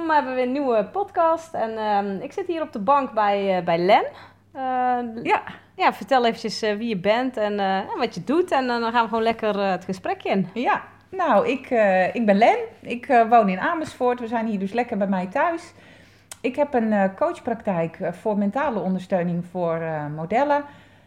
welkom. We hebben weer een nieuwe podcast. En ik zit hier op de bank bij Len. Ja, vertel eventjes wie je bent en wat je doet. En dan gaan we gewoon lekker het gesprek in. Ja, nou, ik ben Len. Ik woon in Amersfoort. We zijn hier dus lekker bij mij thuis. Ik heb een coachpraktijk voor mentale ondersteuning voor modellen.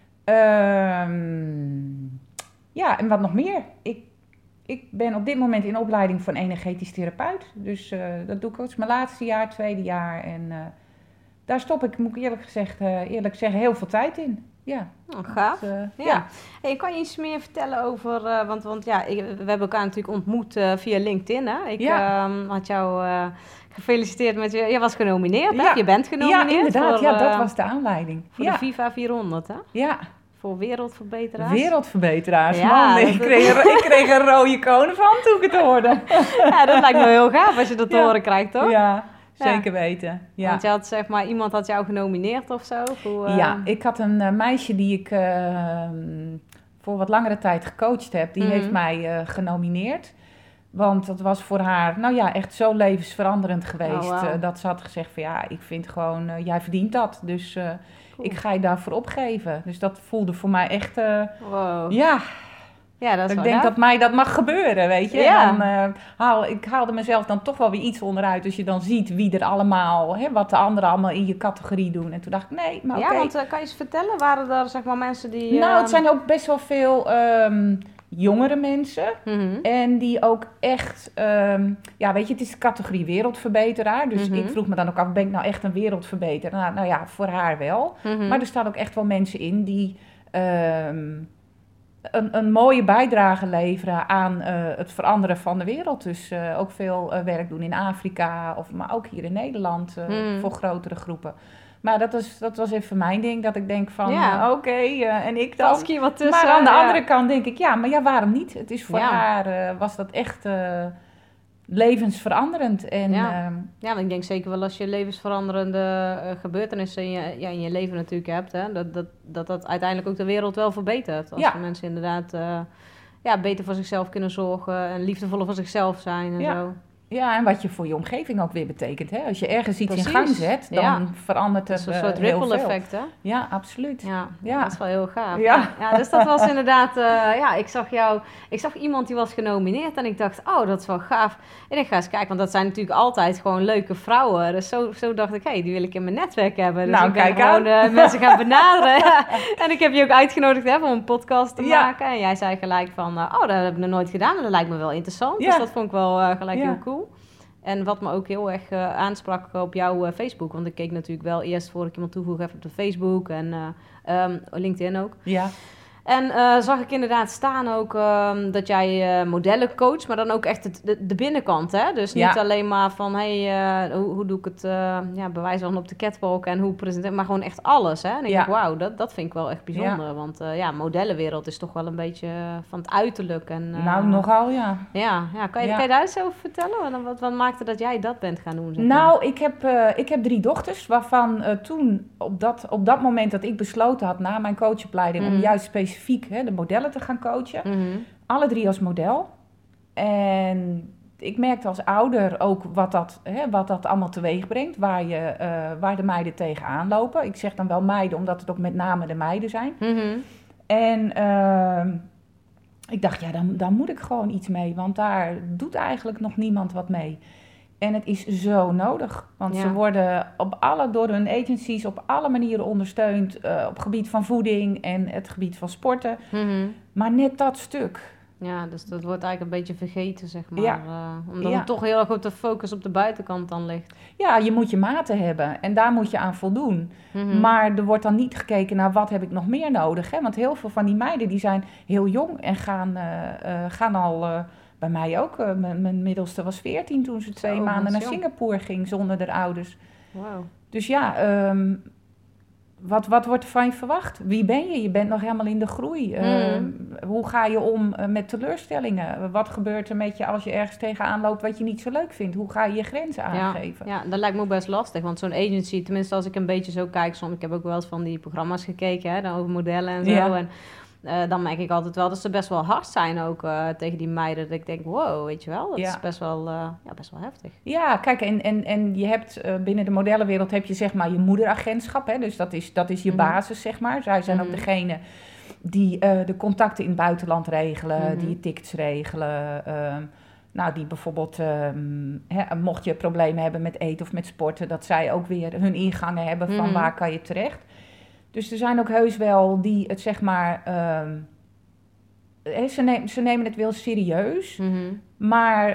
Ja, en wat nog meer. Ik ben op dit moment in opleiding van energetisch therapeut. Dus dat doe ik ook mijn laatste jaar, tweede jaar. En daar stop ik, moet ik eerlijk zeggen, heel veel tijd in. Ja. Oh, gaaf. Ja. Hey, kan je iets meer vertellen over... want we hebben elkaar natuurlijk ontmoet via LinkedIn. Hè? Ik had jou gefeliciteerd met je... Je was genomineerd, hè? Je bent genomineerd. Ja, inderdaad. Voor, dat was de aanleiding. Voor de Viva 400, hè? Ja. Voor wereldverbeteraars. Wereldverbeteraars, ja, man. Ik kreeg een rode konen van toen ik het hoorde. Ja, dat lijkt me heel gaaf als je dat te horen krijgt, toch? Ja, zeker weten. Ja. Want je had, zeg maar, iemand had jou genomineerd of zo? Ja, ik had een meisje die ik voor wat langere tijd gecoacht heb. Die heeft mij genomineerd. Want dat was voor haar, nou ja, echt zo levensveranderend geweest. Oh, wow. Dat ze had gezegd van ja, ik vind gewoon, jij verdient dat. Dus ik ga je daarvoor opgeven. Dus dat voelde voor mij echt, wow. Ja, dat is ik wel denk gaaf. dat mij dat mag gebeuren, weet je. Ja. Dan, ik haalde mezelf dan toch wel weer iets onderuit. Als je dan ziet wie er allemaal, wat de anderen allemaal in je categorie doen. En toen dacht ik, nee, maar oké. Ja, want kan je eens vertellen, waren er zeg maar mensen die... Nou, het zijn ook best wel veel jongere mensen. Mm-hmm. En die ook echt, ja, weet je, het is de categorie wereldverbeteraar. Dus ik vroeg me dan ook af, ben ik nou echt een wereldverbeteraar? Nou ja, voor haar wel. Mm-hmm. Maar er staan ook echt wel mensen in die een mooie bijdrage leveren aan het veranderen van de wereld. Dus ook veel werk doen in Afrika, maar ook hier in Nederland voor grotere groepen. Maar dat was even mijn ding, dat ik denk van, oké, en ik dan? Vast hier wat tussen. Maar aan de andere kant denk ik, waarom niet? Het is voor haar, was dat echt levensveranderend. En, want ik denk zeker wel als je levensveranderende gebeurtenissen in je leven natuurlijk hebt, hè, dat uiteindelijk ook de wereld wel verbetert. Als de mensen inderdaad beter voor zichzelf kunnen zorgen en liefdevoller voor zichzelf zijn en zo. Ja, en wat je voor je omgeving ook weer betekent. Hè? Als je ergens iets in gang zet, dan verandert het heel veel. Een soort ripple effect, hè? Ja, absoluut. Ja, dat is wel heel gaaf. Ja. Dus dat was inderdaad... ik zag iemand die was genomineerd en ik dacht, oh, dat is wel gaaf. En ik ga eens kijken, want dat zijn natuurlijk altijd gewoon leuke vrouwen. Dus zo dacht ik, die wil ik in mijn netwerk hebben. Dus ik ben gewoon mensen gaan benaderen. En ik heb je ook uitgenodigd om een podcast te maken. En jij zei gelijk van, dat heb ik nog nooit gedaan. En dat lijkt me wel interessant. Dus dat vond ik wel gelijk heel cool. En wat me ook heel erg aansprak op jouw Facebook. Want ik keek natuurlijk wel eerst voor ik iemand toevoeg even op de Facebook en LinkedIn ook. Ja. En zag ik inderdaad staan ook dat jij modellen coacht, maar dan ook echt de binnenkant. Hè? Dus niet alleen maar van, hoe doe ik het bij wijze van op de catwalk en hoe presenteer, maar gewoon echt alles. Hè? En ik denk, wauw, dat vind ik wel echt bijzonder. Ja. Want modellenwereld is toch wel een beetje van het uiterlijk. En, nou, nogal, ja. Kan je daar eens over vertellen? Wat maakte dat jij dat bent gaan doen? Zeg maar? Nou, ik heb 3 dochters, waarvan toen op dat moment dat ik besloten had na mijn coachopleiding om juist specifiek de modellen te gaan coachen. Mm-hmm. Alle 3 als model. En ik merkte als ouder ook wat dat allemaal teweeg brengt. Waar de meiden tegenaan lopen. Ik zeg dan wel meiden, omdat het ook met name de meiden zijn. Mm-hmm. En ik dacht, daar moet ik gewoon iets mee. Want daar doet eigenlijk nog niemand wat mee. En het is zo nodig, want ze worden door hun agencies op alle manieren ondersteund op het gebied van voeding en het gebied van sporten. Mm-hmm. Maar net dat stuk. Ja, dus dat wordt eigenlijk een beetje vergeten, zeg maar. Omdat het toch heel erg op de focus op de buitenkant dan ligt. Ja, je moet je maten hebben en daar moet je aan voldoen. Mm-hmm. Maar er wordt dan niet gekeken naar wat heb ik nog meer nodig. Hè? Want heel veel van die meiden die zijn heel jong en gaan al... bij mij ook. Mijn middelste was 14 toen ze 2 maanden naar Singapore ging zonder haar ouders. Wow. Dus wat wordt er van je verwacht? Wie ben je? Je bent nog helemaal in de groei. Hoe ga je om met teleurstellingen? Wat gebeurt er met je als je ergens tegenaan loopt wat je niet zo leuk vindt? Hoe ga je je grenzen aangeven? Ja, dat lijkt me ook best lastig. Want zo'n agency, tenminste als ik een beetje zo kijk, ik heb ook wel eens van die programma's gekeken, dan over modellen en zo. Ja. En dan merk ik altijd wel dat ze best wel hard zijn ook tegen die meiden. Dat ik denk, wow, weet je wel, dat is best wel heftig. Ja, kijk, en je hebt binnen de modellenwereld heb je zeg maar je moederagentschap. Hè? Dus dat is je basis, zeg maar. Zij zijn ook degene die de contacten in het buitenland regelen, die je tickets regelen. Die bijvoorbeeld, mocht je problemen hebben met eten of met sporten, dat zij ook weer hun ingangen hebben van waar kan je terecht. Dus er zijn ook heus wel die het zeg maar, ze nemen het wel serieus. Maar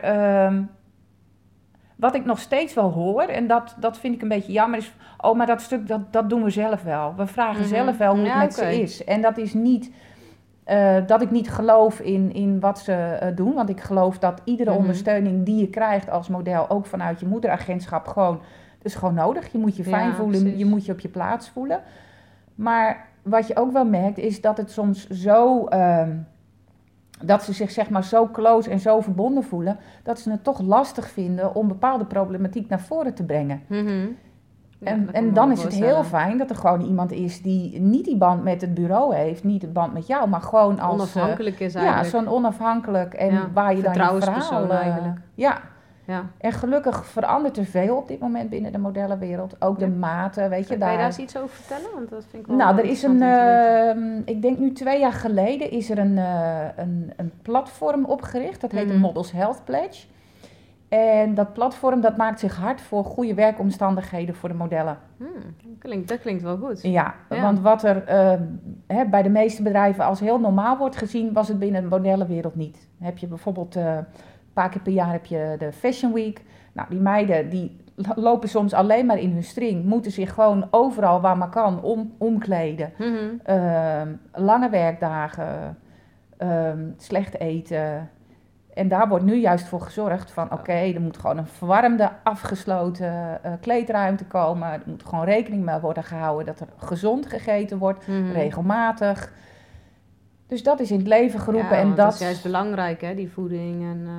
wat ik nog steeds wel hoor, en dat vind ik een beetje jammer, is, maar dat stuk, dat doen we zelf wel. We vragen zelf wel hoe het met ze is. En dat is niet dat ik niet geloof in wat ze doen. Want ik geloof dat iedere ondersteuning die je krijgt als model, ook vanuit je moederagentschap, dat is gewoon nodig. Je moet je fijn voelen, precies. Je moet je op je plaats voelen. Maar wat je ook wel merkt, is dat het soms zo dat ze zich zeg maar zo close en zo verbonden voelen, dat ze het toch lastig vinden om bepaalde problematiek naar voren te brengen. En dan is het heel fijn dat er gewoon iemand is die niet die band met het bureau heeft, niet de band met jou, maar gewoon als onafhankelijk is eigenlijk. Ja, zo'n onafhankelijk en waar je dan je verhaal eigenlijk. Ja. En gelukkig verandert er veel op dit moment binnen de modellenwereld. Ook de maten, weet je. Kan je daar eens iets over vertellen? Want dat vind ik wel er is ik denk nu 2 jaar geleden is er een platform opgericht. Dat heet de Models Health Pledge. En dat platform dat maakt zich hard voor goede werkomstandigheden voor de modellen. Dat klinkt wel goed. Ja, want wat er bij de meeste bedrijven als heel normaal wordt gezien, was het binnen de modellenwereld niet. Heb je bijvoorbeeld een paar keer per jaar heb je de Fashion Week. Nou, die meiden die lopen soms alleen maar in hun string, moeten zich gewoon overal waar maar kan omkleden. Lange werkdagen, slecht eten. En daar wordt nu juist voor gezorgd van er moet gewoon een verwarmde, afgesloten kleedruimte komen. Er moet gewoon rekening mee worden gehouden dat er gezond gegeten wordt, regelmatig. Dus dat is in het leven geroepen. En dat is juist belangrijk, hè, die voeding.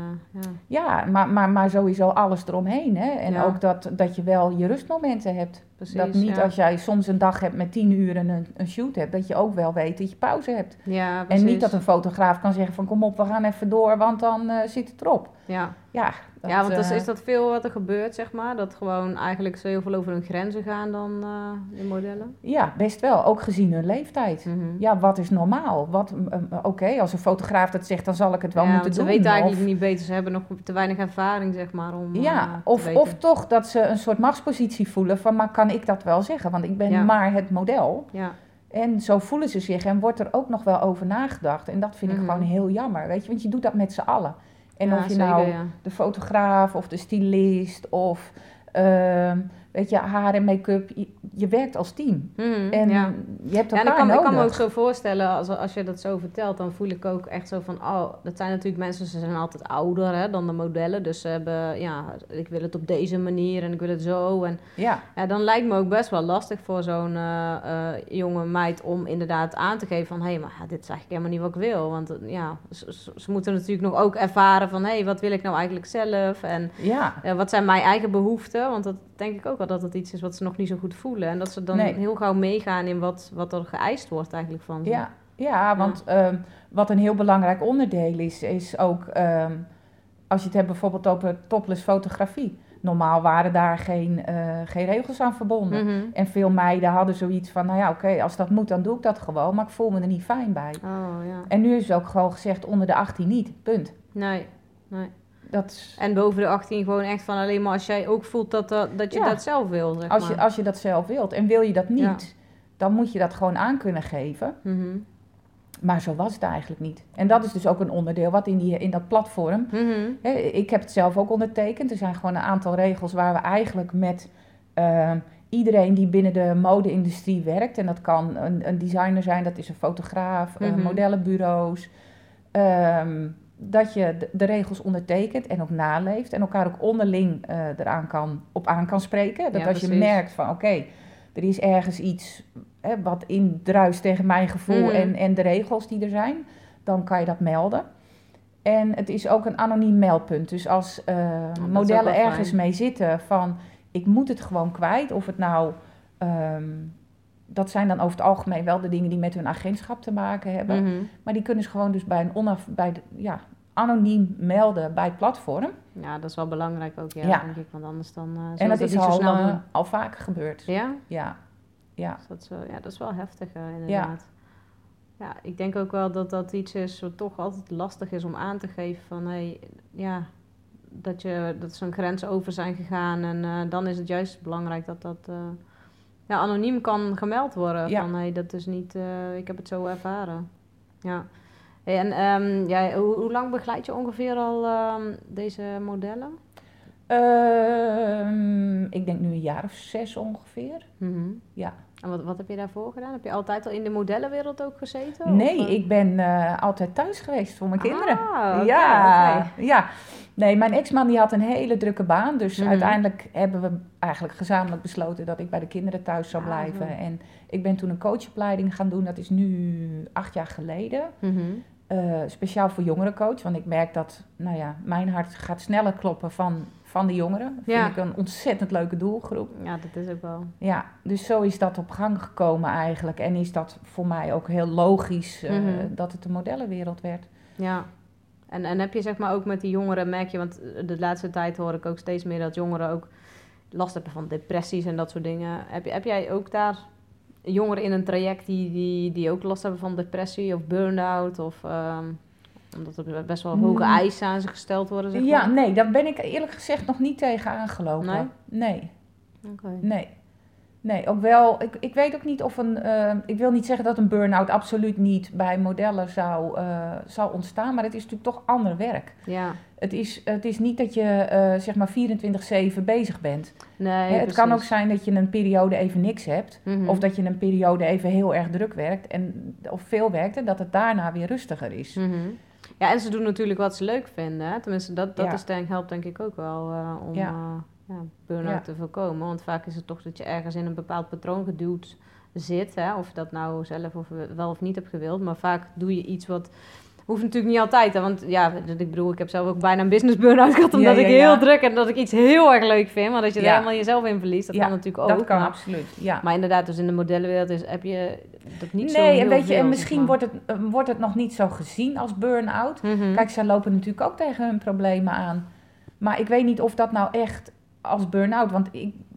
Maar sowieso alles eromheen. Hè? En ook dat je wel je rustmomenten hebt. Precies, dat niet als jij soms een dag hebt met 10 uur en een shoot hebt, dat je ook wel weet dat je pauze hebt. Ja, precies. En niet dat een fotograaf kan zeggen van kom op, we gaan even door, want dan zit het erop. Want is dat veel wat er gebeurt, zeg maar? Dat gewoon eigenlijk zo heel veel over hun grenzen gaan dan de modellen? Ja, best wel. Ook gezien hun leeftijd. Ja, wat is normaal? Als een fotograaf dat zegt, dan zal ik het wel moeten doen. Ze weten eigenlijk niet beter. Ze hebben nog te weinig ervaring, zeg maar, om of toch dat ze een soort machtspositie voelen van, maar kan ik dat wel zeggen? Want ik ben maar het model. Ja. En zo voelen ze zich en wordt er ook nog wel over nagedaad. En dat vind ik gewoon heel jammer, weet je. Want je doet dat met z'n allen. En of je zeker, de fotograaf of de stylist of haar en make-up, je werkt als team. En je hebt elkaar nodig. Ik kan me ook zo voorstellen, als je dat zo vertelt, dan voel ik ook echt zo van, dat zijn natuurlijk mensen, ze zijn altijd ouder dan de modellen. Dus ze hebben, ik wil het op deze manier en ik wil het zo. En dan lijkt me ook best wel lastig voor zo'n jonge meid om inderdaad aan te geven van, maar dit is eigenlijk helemaal niet wat ik wil. Want ze moeten natuurlijk nog ook ervaren van, wat wil ik nou eigenlijk zelf? En wat zijn mijn eigen behoeften? Want dat denk ik ook wel dat het iets is wat ze nog niet zo goed voelen. En dat ze dan heel gauw meegaan in wat er geëist wordt eigenlijk van ze. Want wat een heel belangrijk onderdeel is ook, als je het hebt bijvoorbeeld over topless fotografie. Normaal waren daar geen regels aan verbonden. En veel meiden hadden zoiets van, als dat moet, dan doe ik dat gewoon. Maar ik voel me er niet fijn bij. En nu is het ook gewoon gezegd, onder de 18 niet, punt. Nee. En boven de 18 gewoon echt van alleen maar als jij ook voelt dat je dat zelf wil, zeg maar. Als je dat zelf wilt en wil je dat niet, dan moet je dat gewoon aan kunnen geven. Maar zo was het eigenlijk niet. En dat is dus ook een onderdeel wat in dat platform. Ik heb het zelf ook ondertekend. Er zijn gewoon een aantal regels waar we eigenlijk met iedereen die binnen de mode-industrie werkt. En dat kan een designer zijn, dat is een fotograaf, modellenbureaus. Dat je de regels ondertekent en ook naleeft. En elkaar ook onderling op aan kan spreken. Dat als je merkt van er is ergens iets wat indruist tegen mijn gevoel en de regels die er zijn. Dan kan je dat melden. En het is ook een anoniem meldpunt. Dus als modellen ergens mee zitten van ik moet het gewoon kwijt. Of het nou dat zijn dan over het algemeen wel de dingen die met hun agentschap te maken hebben. Mhm. Maar die kunnen ze gewoon dus bij anoniem melden bij het platform. Ja, dat is wel belangrijk ook, Ja. denk ik. Want anders dan En dat is niet zo snel doen. al vaker gebeurd. Ja? Ja. Dus dat is wel heftig, inderdaad. Ja, ik denk ook wel dat dat iets is wat toch altijd lastig is om aan te geven van... dat ze een grens over zijn gegaan. En dan is het juist belangrijk dat dat anoniem kan gemeld worden. Ja. Van, dat is niet... ik heb het zo ervaren. Ja. Hey, en hoe lang begeleid je ongeveer al deze modellen? Ik denk nu een jaar of 6 ongeveer. Mm-hmm. Ja. En wat heb je daarvoor gedaan? Heb je altijd al in de modellenwereld ook gezeten? Nee, of? Ik ben altijd thuis geweest voor mijn kinderen. Okay, Ja. Nee, mijn ex-man die had een hele drukke baan. Dus uiteindelijk hebben we eigenlijk gezamenlijk besloten dat ik bij de kinderen thuis zou blijven. Zo. En ik ben toen een coachopleiding gaan doen. Dat is nu 8 jaar geleden. Mm-hmm. Speciaal voor jongerencoach. Want ik merk dat, mijn hart gaat sneller kloppen van de jongeren. Dat vind ik een ontzettend leuke doelgroep. Ja, dat is ook wel. Ja, dus zo is dat op gang gekomen eigenlijk. En is dat voor mij ook heel logisch dat het de modellenwereld werd. Ja. En heb je zeg maar ook met die jongeren, merk je, want de laatste tijd hoor ik ook steeds meer dat jongeren ook last hebben van depressies en dat soort dingen. Heb jij ook daar jongeren in een traject die ook last hebben van depressie of burn-out of... omdat er best wel hoge eisen aan ze gesteld worden, zeg maar. Ja, nee, daar ben ik eerlijk gezegd nog niet tegen aangelopen. Nee. Okay. Nee, ook wel, ik weet ook niet of ik wil niet zeggen dat een burn-out absoluut niet bij modellen zou ontstaan, maar het is natuurlijk toch ander werk. Ja. Het is niet dat je zeg maar 24/7 bezig bent. Nee, het kan ook zijn dat je een periode even niks hebt, of dat je een periode even heel erg druk werkt of veel werkt en dat het daarna weer rustiger is. Mm-hmm. Ja, en ze doen natuurlijk wat ze leuk vinden. Hè? Tenminste, dat helpt denk ik ook wel om burn-out te voorkomen. Want vaak is het toch dat je ergens in een bepaald patroon geduwd zit. Hè? Of je dat nou zelf wel of niet hebt gewild. Maar vaak doe je iets wat... Hoeft natuurlijk niet altijd, hè? Want ik bedoel, ik heb zelf ook bijna een business burn-out gehad, omdat ik heel druk en dat ik iets heel erg leuk vind, maar dat je er helemaal jezelf in verliest, dat kan natuurlijk ook. Dat kan absoluut, ja. Maar inderdaad, dus in de modellenwereld heb je dat niet zo heel Nee, en weet je, veel, en misschien wordt het nog niet zo gezien als burn-out. Mm-hmm. Kijk, zij lopen natuurlijk ook tegen hun problemen aan. Maar ik weet niet of dat nou echt als burn-out, want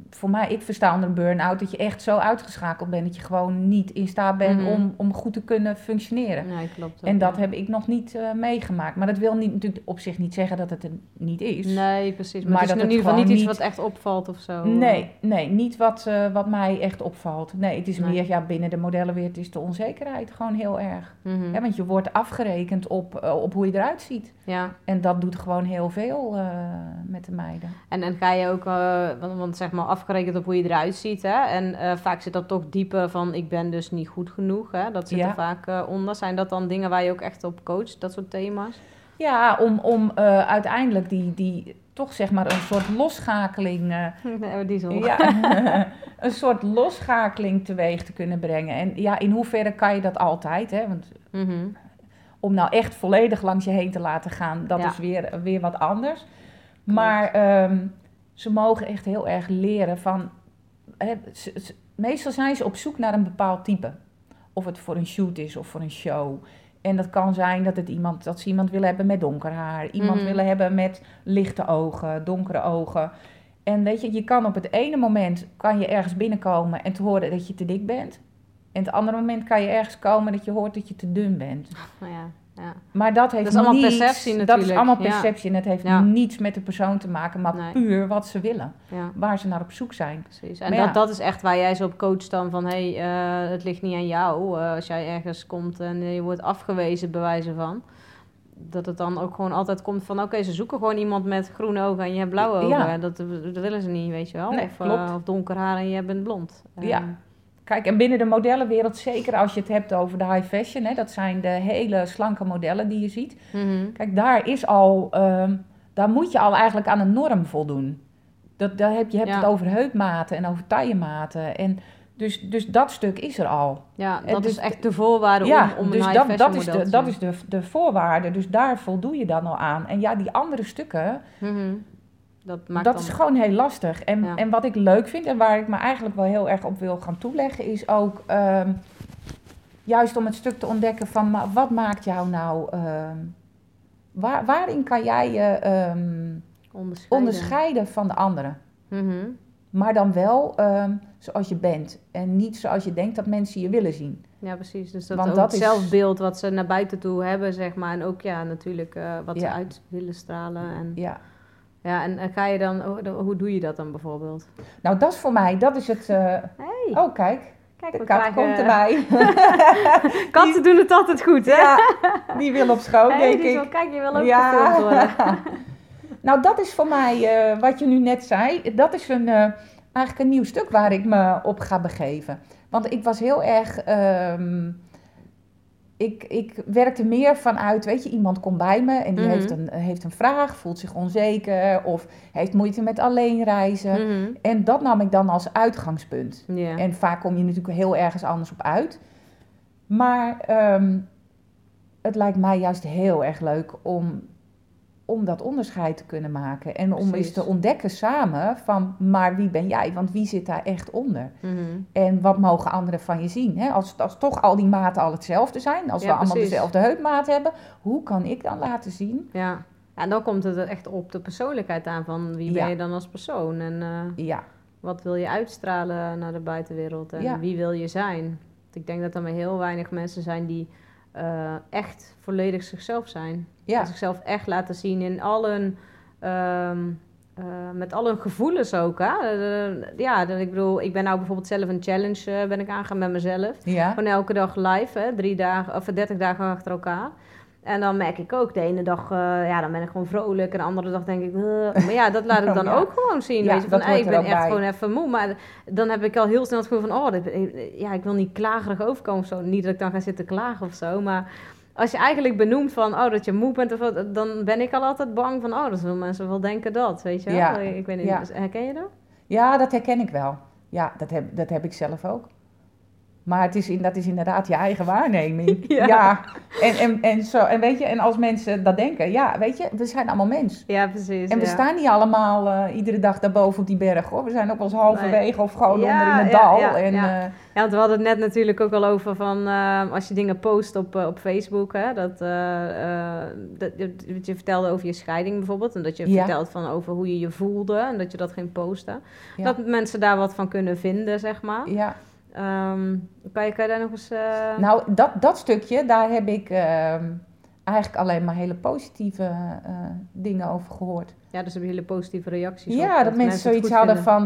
ik versta onder een burn-out dat je echt zo uitgeschakeld bent dat je gewoon niet in staat bent om goed te kunnen functioneren. Nee, klopt. En dat heb ik nog niet meegemaakt. Maar dat wil natuurlijk op zich niet zeggen dat het er niet is. Nee, precies. Maar het is in ieder geval niet iets wat echt opvalt of zo. Nee, niet wat mij echt opvalt. Nee, het is meer, binnen de modellenwereld is de onzekerheid gewoon heel erg. Mm-hmm. Want je wordt afgerekend op hoe je eruit ziet. Ja. En dat doet gewoon heel veel met de meiden. En ga je ook, want zeg maar afgerekend op hoe je eruit ziet, hè? En vaak zit dat toch dieper van ik ben dus niet goed genoeg, hè? Dat zit er vaak onder. Zijn dat dan dingen waar je ook echt op coacht, dat soort thema's? Ja, om uiteindelijk die toch zeg maar een soort losschakeling... een soort losschakeling teweeg te kunnen brengen. En ja, in hoeverre kan je dat altijd, hè? Want om nou echt volledig langs je heen te laten gaan, dat is weer wat anders. Maar ze mogen echt heel erg leren van... meestal zijn ze op zoek naar een bepaald type. Of het voor een shoot is of voor een show. En dat kan zijn dat ze iemand willen hebben met donker haar. Iemand willen hebben met lichte ogen, donkere ogen. En weet je kan op het ene moment kan je ergens binnenkomen en te horen dat je te dik bent. En het andere moment kan je ergens komen dat je hoort dat je te dun bent. Nou ja. Ja. Maar dat heeft is allemaal perceptie natuurlijk. Dat is allemaal perceptie en het heeft niets met de persoon te maken, maar puur wat ze willen. Ja. Waar ze naar op zoek zijn. Precies. En dat is echt waar jij zo op coacht dan van, het ligt niet aan jou. Als jij ergens komt en je wordt afgewezen bij wijze van. Dat het dan ook gewoon altijd komt van, oké, ze zoeken gewoon iemand met groene ogen en je hebt blauwe ogen. Ja. Dat willen ze niet, weet je wel. Nee, of donker haar en je bent blond. Ja. Kijk, en binnen de modellenwereld, zeker als je het hebt over de high fashion, hè, dat zijn de hele slanke modellen die je ziet. Mm-hmm. Kijk, daar moet je al eigenlijk aan een norm voldoen. Je hebt het over heupmaten en over taillematen. En dus dat stuk is er al. Ja, dat is echt de voorwaarde om dus een high fashion model te zijn. Dat is de voorwaarde, dus daar voldoe je dan al aan. En ja, die andere stukken... Mm-hmm. Dat is gewoon heel lastig. En wat ik leuk vind en waar ik me eigenlijk wel heel erg op wil gaan toeleggen, is ook juist om het stuk te ontdekken van wat maakt jou nou, waarin kan jij je onderscheiden van de anderen. Mm-hmm. Maar dan wel zoals je bent en niet zoals je denkt dat mensen je willen zien. Ja, precies. Dus dat het zelfbeeld wat ze naar buiten toe hebben, zeg maar. En ook natuurlijk wat ze uit willen stralen. En, en ga je dan, hoe doe je dat dan bijvoorbeeld? Nou, dat is voor mij, dat is het... Hey. Oh, kijk de kat komt erbij. Katten doen het altijd goed, hè? Ja, die wil op schoot, denk ik. Kijk, je wil ook gefilmd worden. Nou, dat is voor mij, wat je nu net zei, dat is eigenlijk een nieuw stuk waar ik me op ga begeven. Want ik was heel erg... Ik werkte meer vanuit, weet je, iemand komt bij me en die heeft een vraag, voelt zich onzeker of heeft moeite met alleen reizen. Mm-hmm. En dat nam ik dan als uitgangspunt. Yeah. En vaak kom je natuurlijk heel ergens anders op uit. Maar het lijkt mij juist heel erg leuk om dat onderscheid te kunnen maken. En om eens te ontdekken samen van, maar wie ben jij? Want wie zit daar echt onder? Mm-hmm. En wat mogen anderen van je zien? Hè? Als toch al die maten al hetzelfde zijn, als we allemaal dezelfde heupmaat hebben, hoe kan ik dan laten zien? Ja, en dan komt het echt op de persoonlijkheid aan van wie ben je dan als persoon? En wat wil je uitstralen naar de buitenwereld? En wie wil je zijn? Want ik denk dat er maar heel weinig mensen zijn die echt volledig zichzelf zijn. Ja. Zichzelf echt laten zien in al hun, met al hun gevoelens ook. Hè? Ik bedoel, ik ben nou bijvoorbeeld zelf een challenge ben ik aangegaan met mezelf. Ja. Gewoon elke dag live, hè? 30 dagen achter elkaar. En dan merk ik ook, de ene dag dan ben ik gewoon vrolijk. En de andere dag denk ik, maar ja, dat laat ik dan ook gewoon zien. Ja, weet je, van, ik ben echt gewoon even moe. Maar dan heb ik al heel snel het gevoel van, ik wil niet klagerig overkomen of zo. Niet dat ik dan ga zitten klagen of zo, maar als je eigenlijk benoemt van, dat je moe bent of wat, dan ben ik al altijd bang van, dat zullen mensen wel denken dat, weet je wel. Ja. Ik weet niet, herken je dat? Ja, dat herken ik wel. Ja, dat heb ik zelf ook. Maar dat is inderdaad je eigen waarneming. Ja. En weet je, en als mensen dat denken, weet je, we zijn allemaal mens. Ja, precies. En we staan niet allemaal iedere dag daarboven op die berg, hoor. We zijn ook wel eens halverwege of gewoon onder in het dal. Want we hadden het net natuurlijk ook al over van, als je dingen post op Facebook, hè, dat je vertelde over je scheiding bijvoorbeeld. En dat je vertelt van over hoe je je voelde en dat je dat ging posten. Ja. Dat mensen daar wat van kunnen vinden, zeg maar. Ja. Kan je daar nog eens... Nou, dat stukje, daar heb ik eigenlijk alleen maar hele positieve dingen over gehoord. Ja, dus heb je hele positieve reacties. Ja, dat mensen zoiets hadden van,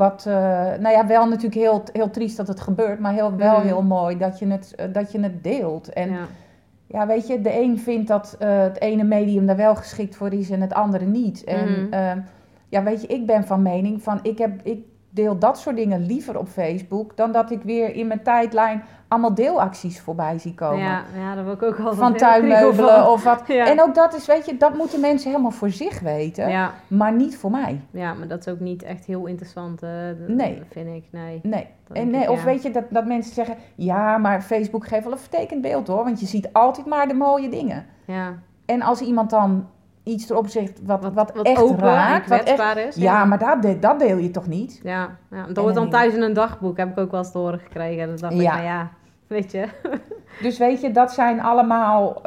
wel natuurlijk heel triest dat het gebeurt, maar heel mooi dat je het deelt. En ja, weet je, de een vindt dat het ene medium daar wel geschikt voor is en het andere niet. En weet je, ik ben van mening van, ik deel dat soort dingen liever op Facebook dan dat ik weer in mijn tijdlijn allemaal deelacties voorbij zie komen. Ja, dat wil ik ook altijd van tuinmeubelen of wat. Ja. En ook dat is, weet je, dat moeten mensen helemaal voor zich weten, maar niet voor mij. Ja, maar dat is ook niet echt heel interessant, vind ik. Nee. Of weet je, dat mensen zeggen, ja, maar Facebook geeft wel een vertekend beeld, hoor, want je ziet altijd maar de mooie dingen. Ja. En als iemand dan iets erop zegt wat echt open raakt, wat kwetsbaar is. Ja, maar dat deel je toch niet? Ja. Dat wordt dan thuis in een dagboek, heb ik ook wel eens te horen gekregen. En dan dacht ik, weet je. Dus weet je, dat zijn allemaal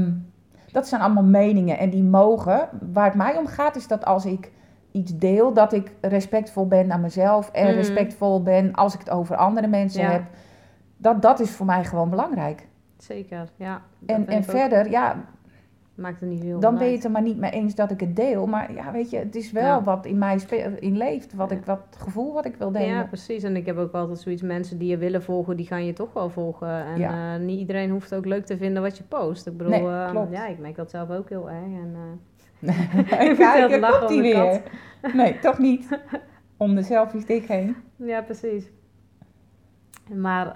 meningen en die mogen. Waar het mij om gaat is dat als ik iets deel, dat ik respectvol ben naar mezelf en respectvol ben als ik het over andere mensen heb. Dat is voor mij gewoon belangrijk. Zeker, ja. En verder, maakt er niet veel dan ben je het er maar niet mee eens dat ik het deel. Maar ja, weet je, het is wel wat in mij in leeft. Het gevoel wat ik wil delen. Ja, precies. En ik heb ook altijd zoiets, mensen die je willen volgen, die gaan je toch wel volgen. En niet iedereen hoeft het ook leuk te vinden wat je post. Ik bedoel, klopt. Ik merk dat zelf ook heel erg. En, kijk, daar komt hij weer. Nee, toch niet. Om de selfie-stick heen. Ja, precies. Maar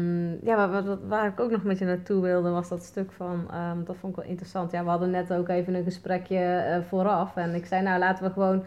waar ik ook nog met je naartoe wilde, was dat stuk van, dat vond ik wel interessant. Ja, we hadden net ook even een gesprekje vooraf. En ik zei, nou laten we gewoon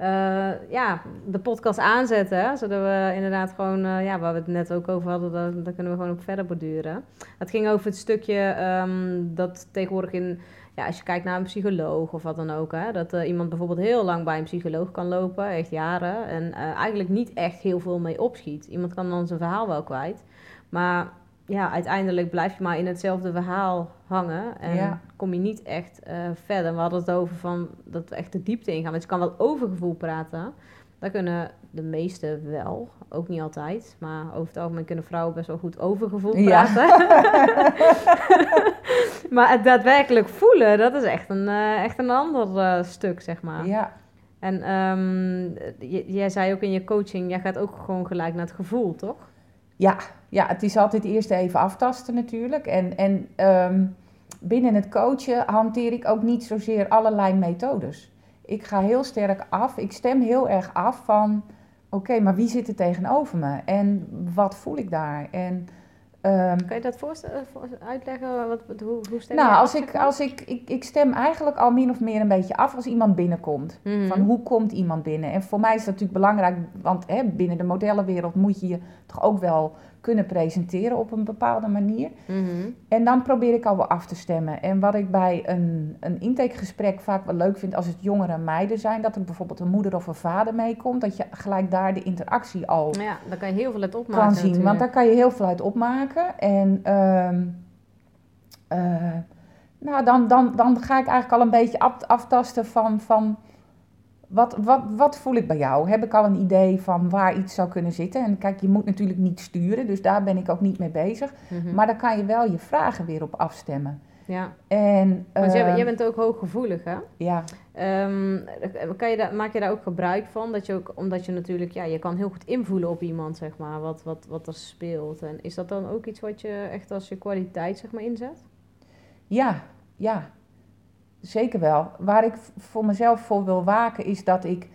de podcast aanzetten. Hè, zodat we inderdaad gewoon, waar we het net ook over hadden, daar kunnen we gewoon op verder borduren. Het ging over het stukje dat tegenwoordig ja, als je kijkt naar een psycholoog of wat dan ook, hè, dat iemand bijvoorbeeld heel lang bij een psycholoog kan lopen, echt jaren, en eigenlijk niet echt heel veel mee opschiet. Iemand kan dan zijn verhaal wel kwijt, maar ja, uiteindelijk blijf je maar in hetzelfde verhaal hangen en kom je niet echt verder. We hadden het over van dat we echt de diepte ingaan, want je kan wel over gevoel praten. Dat kunnen de meesten wel, ook niet altijd. Maar over het algemeen kunnen vrouwen best wel goed over gevoel praten. Ja. Maar het daadwerkelijk voelen, dat is echt een ander stuk, zeg maar. Ja. En jij zei ook in je coaching, jij gaat ook gewoon gelijk naar het gevoel, toch? Ja, het is altijd eerst even aftasten natuurlijk. En binnen het coachen hanteer ik ook niet zozeer allerlei methodes. Ik ga heel sterk af, ik stem heel erg af van... Oké, maar wie zit er tegenover me? En wat voel ik daar? En, kan je dat uitleggen? Hoe stem je af? Ik stem eigenlijk al min of meer een beetje af als iemand binnenkomt. Mm-hmm. Van hoe komt iemand binnen? En voor mij is dat natuurlijk belangrijk, want binnen de modellenwereld moet je je toch ook wel kunnen presenteren op een bepaalde manier. Mm-hmm. En dan probeer ik al wel af te stemmen. En wat ik bij een intakegesprek vaak wel leuk vind als het jongere meiden zijn, dat er bijvoorbeeld een moeder of een vader meekomt, dat je gelijk daar de interactie al daar kan je heel veel uit opmaken. Kan zien, natuurlijk. want daar kan je heel veel uit opmaken. En dan ga ik eigenlijk al een beetje aftasten van wat voel ik bij jou? Heb ik al een idee van waar iets zou kunnen zitten? En kijk, je moet natuurlijk niet sturen, dus daar ben ik ook niet mee bezig. Mm-hmm. Maar dan kan je wel je vragen weer op afstemmen. Ja. En, want jij bent ook hooggevoelig, hè? Ja. Maak je daar ook gebruik van? Dat je ook, omdat je natuurlijk, je kan heel goed invoelen op iemand, zeg maar, wat er speelt. En is dat dan ook iets wat je echt als je kwaliteit, zeg maar, inzet? Ja. Zeker wel. Waar ik voor mezelf voor wil waken is dat ik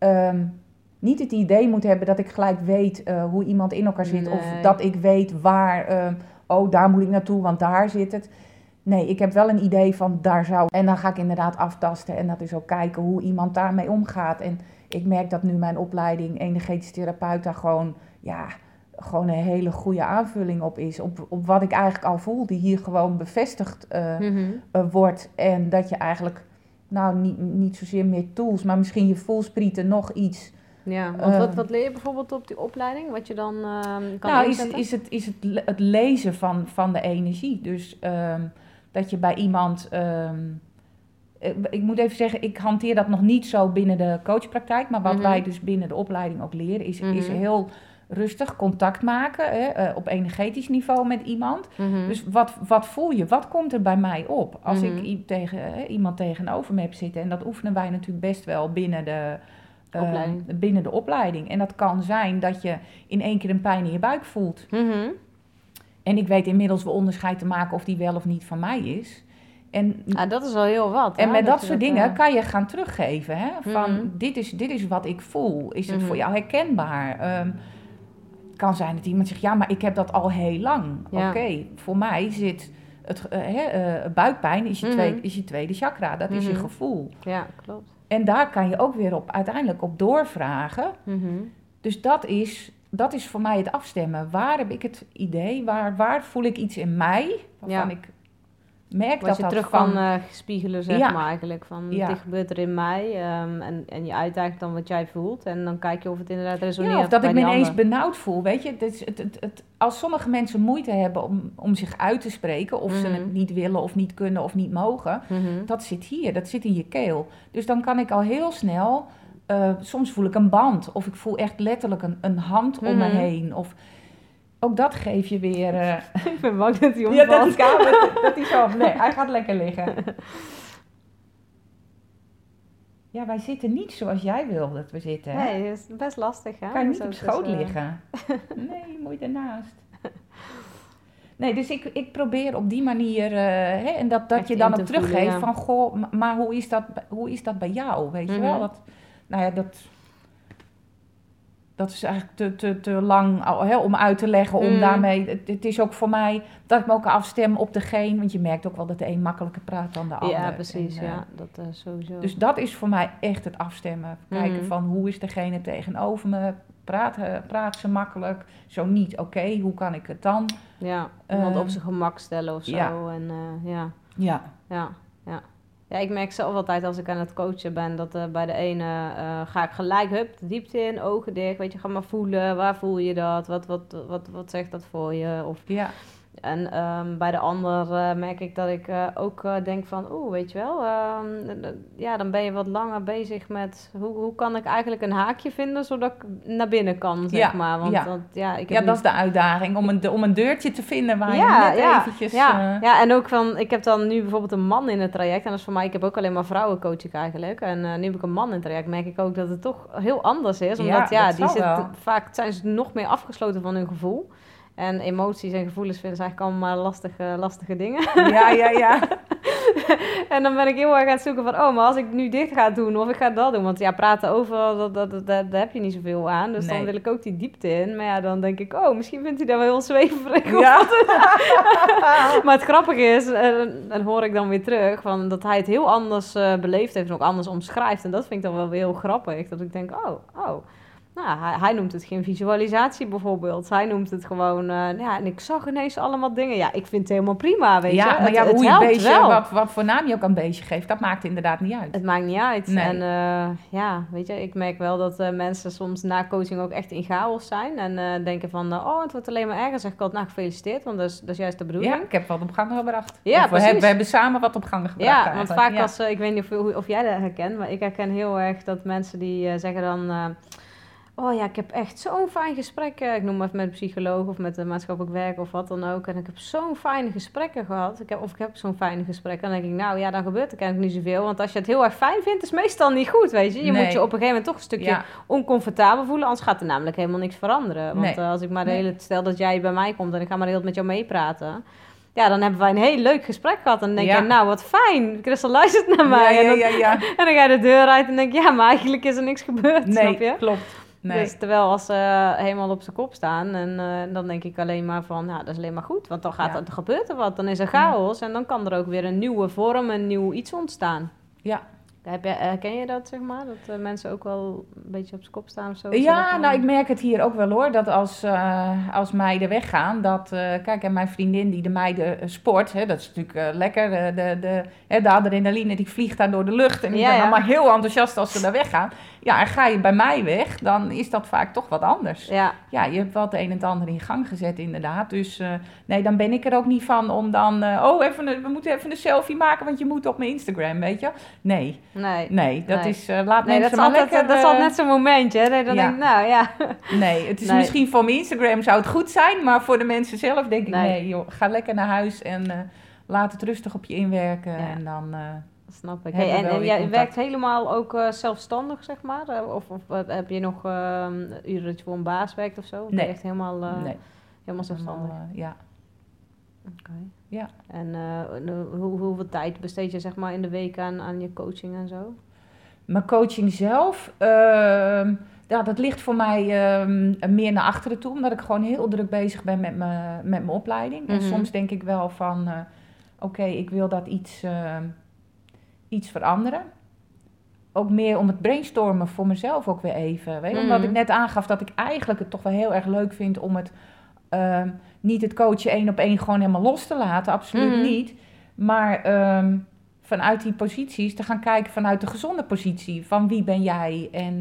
niet het idee moet hebben dat ik gelijk weet hoe iemand in elkaar zit. Nee. Of dat ik weet waar, daar moet ik naartoe, want daar zit het. Nee, ik heb wel een idee van daar zou... En dan ga ik inderdaad aftasten en dat is ook kijken hoe iemand daarmee omgaat. En ik merk dat nu mijn opleiding energetisch therapeut daar gewoon een hele goede aanvulling op is. Op wat ik eigenlijk al voel, die hier gewoon bevestigd wordt. En dat je eigenlijk, niet zozeer meer tools, maar misschien je voelsprieten nog iets... Ja, want wat leer je bijvoorbeeld op die opleiding? Wat je dan kan inzetten? Is het lezen van de energie. Dus dat je bij iemand... ik moet even zeggen, ik hanteer dat nog niet zo binnen de coachpraktijk. Maar wat wij dus binnen de opleiding ook leren, is heel rustig contact maken. Op energetisch niveau met iemand. Mm-hmm. Dus wat voel je? Wat komt er bij mij op? Als ik iemand tegenover me heb zitten. En dat oefenen wij natuurlijk best wel binnen de opleiding. En dat kan zijn dat je in één keer een pijn in je buik voelt. Mm-hmm. En ik weet inmiddels wel onderscheid te maken of die wel of niet van mij is. En dat is wel heel wat. En met dat soort dingen kan je gaan teruggeven. Hè? Van dit is wat ik voel. Is het voor jou herkenbaar? Het kan zijn dat iemand zegt, ja, maar ik heb dat al heel lang. Ja. Oké, voor mij zit het buikpijn is je tweede chakra. Dat is je gevoel. Ja, klopt. En daar kan je ook weer uiteindelijk op doorvragen. Mm-hmm. Dus dat is voor mij het afstemmen. Waar heb ik het idee? Waar voel ik iets in mij? Waarvan ik merk wat dat je dat terug kan spiegelen, zeg maar eigenlijk. Van, dit gebeurt er in mij. En je uit eigenlijk dan wat jij voelt. En dan kijk je of het inderdaad resoneert. Ja, of dat ik me ineens benauwd voel. Weet je, als sommige mensen moeite hebben om zich uit te spreken. Of ze het niet willen of niet kunnen of niet mogen. Mm-hmm. Dat zit hier, dat zit in je keel. Dus dan kan ik al heel snel... soms voel ik een band. Of ik voel echt letterlijk een hand om me heen. Of... Ook dat geef je weer... Ik ben bang dat hij omvalt. Dat hij zo... Nee, hij gaat lekker liggen. Ja, wij zitten niet zoals jij wil dat we zitten. Hè? Nee, dat is best lastig. Hè? Kan je niet op schoot liggen. Nee, je moet ernaast. Nee, dus ik probeer op die manier... en dat je dan ook teruggeeft van... Goh, maar hoe is dat bij jou? Weet je wel? Dat is eigenlijk te lang om uit te leggen. Om daarmee, het is ook voor mij dat ik me ook afstem op degene. Want je merkt ook wel dat de een makkelijker praat dan de ander. Ja, precies. Dat sowieso. Dus dat is voor mij echt het afstemmen. Kijken van hoe is degene tegenover me. Praat ze makkelijk. Zo niet, oké, hoe kan ik het dan? Ja, iemand op zijn gemak stellen of zo. Ja. En, Ja. Ja, ik merk zelf altijd als ik aan het coachen ben, dat bij de ene ga ik gelijk, hup, de diepte in, ogen dicht, weet je, ga maar voelen, waar voel je dat, wat zegt dat voor je? Of, Ja. en bij de ander merk ik dat ik ook denk van, weet je wel, dan ben je wat langer bezig met hoe kan ik eigenlijk een haakje vinden zodat ik naar binnen kan, zeg maar. Want dat is de uitdaging, om een deurtje te vinden waar je net eventjes... Ja, en ook van, ik heb dan nu bijvoorbeeld een man in het traject en dat is voor mij, ik heb ook alleen maar vrouwen coach ik eigenlijk. En nu heb ik een man in het traject, merk ik ook dat het toch heel anders is. Omdat vaak zijn ze nog meer afgesloten van hun gevoel. En emoties en gevoelens vinden ze eigenlijk allemaal lastige dingen. Ja. En dan ben ik heel erg aan het zoeken van, maar als ik nu dit ga doen of ik ga dat doen. Want praten over, daar heb je niet zoveel aan. Dus dan wil ik ook die diepte in. Maar dan denk ik, misschien vindt hij dat wel heel zweverig. Ja. Maar het grappige is, en hoor ik dan weer terug, van dat hij het heel anders beleefd heeft en ook anders omschrijft. En dat vind ik dan wel weer heel grappig. Dat ik denk, nou, hij noemt het geen visualisatie bijvoorbeeld. Hij noemt het gewoon... en ik zag ineens allemaal dingen. Ja, ik vind het helemaal prima, weet je. Ja, maar hoe je een beestje... Wat voor naam je ook aan een beestje geeft... dat maakt inderdaad niet uit. Het maakt niet uit. Nee. En weet je... Ik merk wel dat mensen soms na coaching ook echt in chaos zijn. En denken van... het wordt alleen maar erger. Zeg ik altijd, gefeliciteerd. Want dat is juist de bedoeling. Ja, ik heb wat op gang gebracht. Ja, we hebben samen wat op gang gebracht. Ja, want vaak als... ik weet niet of jij dat herkent... maar ik herken heel erg dat mensen die zeggen dan... ik heb echt zo'n fijn gesprek. Ik noem maar even met een psycholoog of met een maatschappelijk werk of wat dan ook. En ik heb zo'n fijne gesprekken gehad. Ik heb zo'n fijne gesprek. En dan denk ik, dan gebeurt er kennelijk niet zoveel. Want als je het heel erg fijn vindt, is het meestal niet goed, weet je. Je moet je op een gegeven moment toch een stukje oncomfortabel voelen. Anders gaat er namelijk helemaal niks veranderen. Want als ik maar stel dat jij bij mij komt en ik ga maar de hele tijd met jou meepraten... Ja, dan hebben wij een heel leuk gesprek gehad. En dan denk je, wat fijn. Christel luistert naar mij. En dan ga je de deur uit en denk je, maar eigenlijk is er niks gebeurd, snap je? Klopt. Nee. Dus terwijl als ze helemaal op zijn kop staan... en dan denk ik alleen maar van... dat is alleen maar goed. Want dan gebeurt er wat. Dan is er chaos. En dan kan er ook weer een nieuwe vorm... een nieuw iets ontstaan. Ja. Herken je dat, zeg maar? Dat mensen ook wel een beetje op zijn kop staan of zo? Ja, ik merk het hier ook wel hoor. Dat als meiden weggaan... Kijk, en mijn vriendin die de meiden sport... dat is natuurlijk lekker. De adrenaline die vliegt daar door de lucht. En die zijn allemaal heel enthousiast als ze daar weggaan. Ja, en ga je bij mij weg... dan is dat vaak toch wat anders. Ja, je hebt wel het een en het ander in gang gezet inderdaad. Dus dan ben ik er ook niet van om dan... we moeten even een selfie maken... want je moet op mijn Instagram, weet je? Nee, dat is... laat mensen maar lekker... Dat is altijd net zo'n momentje, hè? Dan denk ik, Nee, het is misschien voor mijn Instagram zou het goed zijn... maar voor de mensen zelf denk ik, nee joh, ga lekker naar huis... en laat het rustig op je inwerken en dan... Snap ik. En jij werkt helemaal ook zelfstandig, zeg maar? Of heb je nog uren dat je voor een baas werkt of zo? Of ben je echt helemaal zelfstandig? Ja. Oké. Ja. En hoeveel tijd besteed je zeg maar in de week aan je coaching en zo? Mijn coaching zelf, dat ligt voor mij meer naar achteren toe, omdat ik gewoon heel druk bezig ben met mijn opleiding. En soms denk ik wel van, oké, ik wil dat iets veranderen. Ook meer om het brainstormen voor mezelf ook weer even. Weet je? Omdat ik net aangaf dat ik eigenlijk het toch wel heel erg leuk vind om het... niet het coachen 1-op-1 gewoon helemaal los te laten, absoluut niet. Maar vanuit die posities te gaan kijken vanuit de gezonde positie. Van wie ben jij en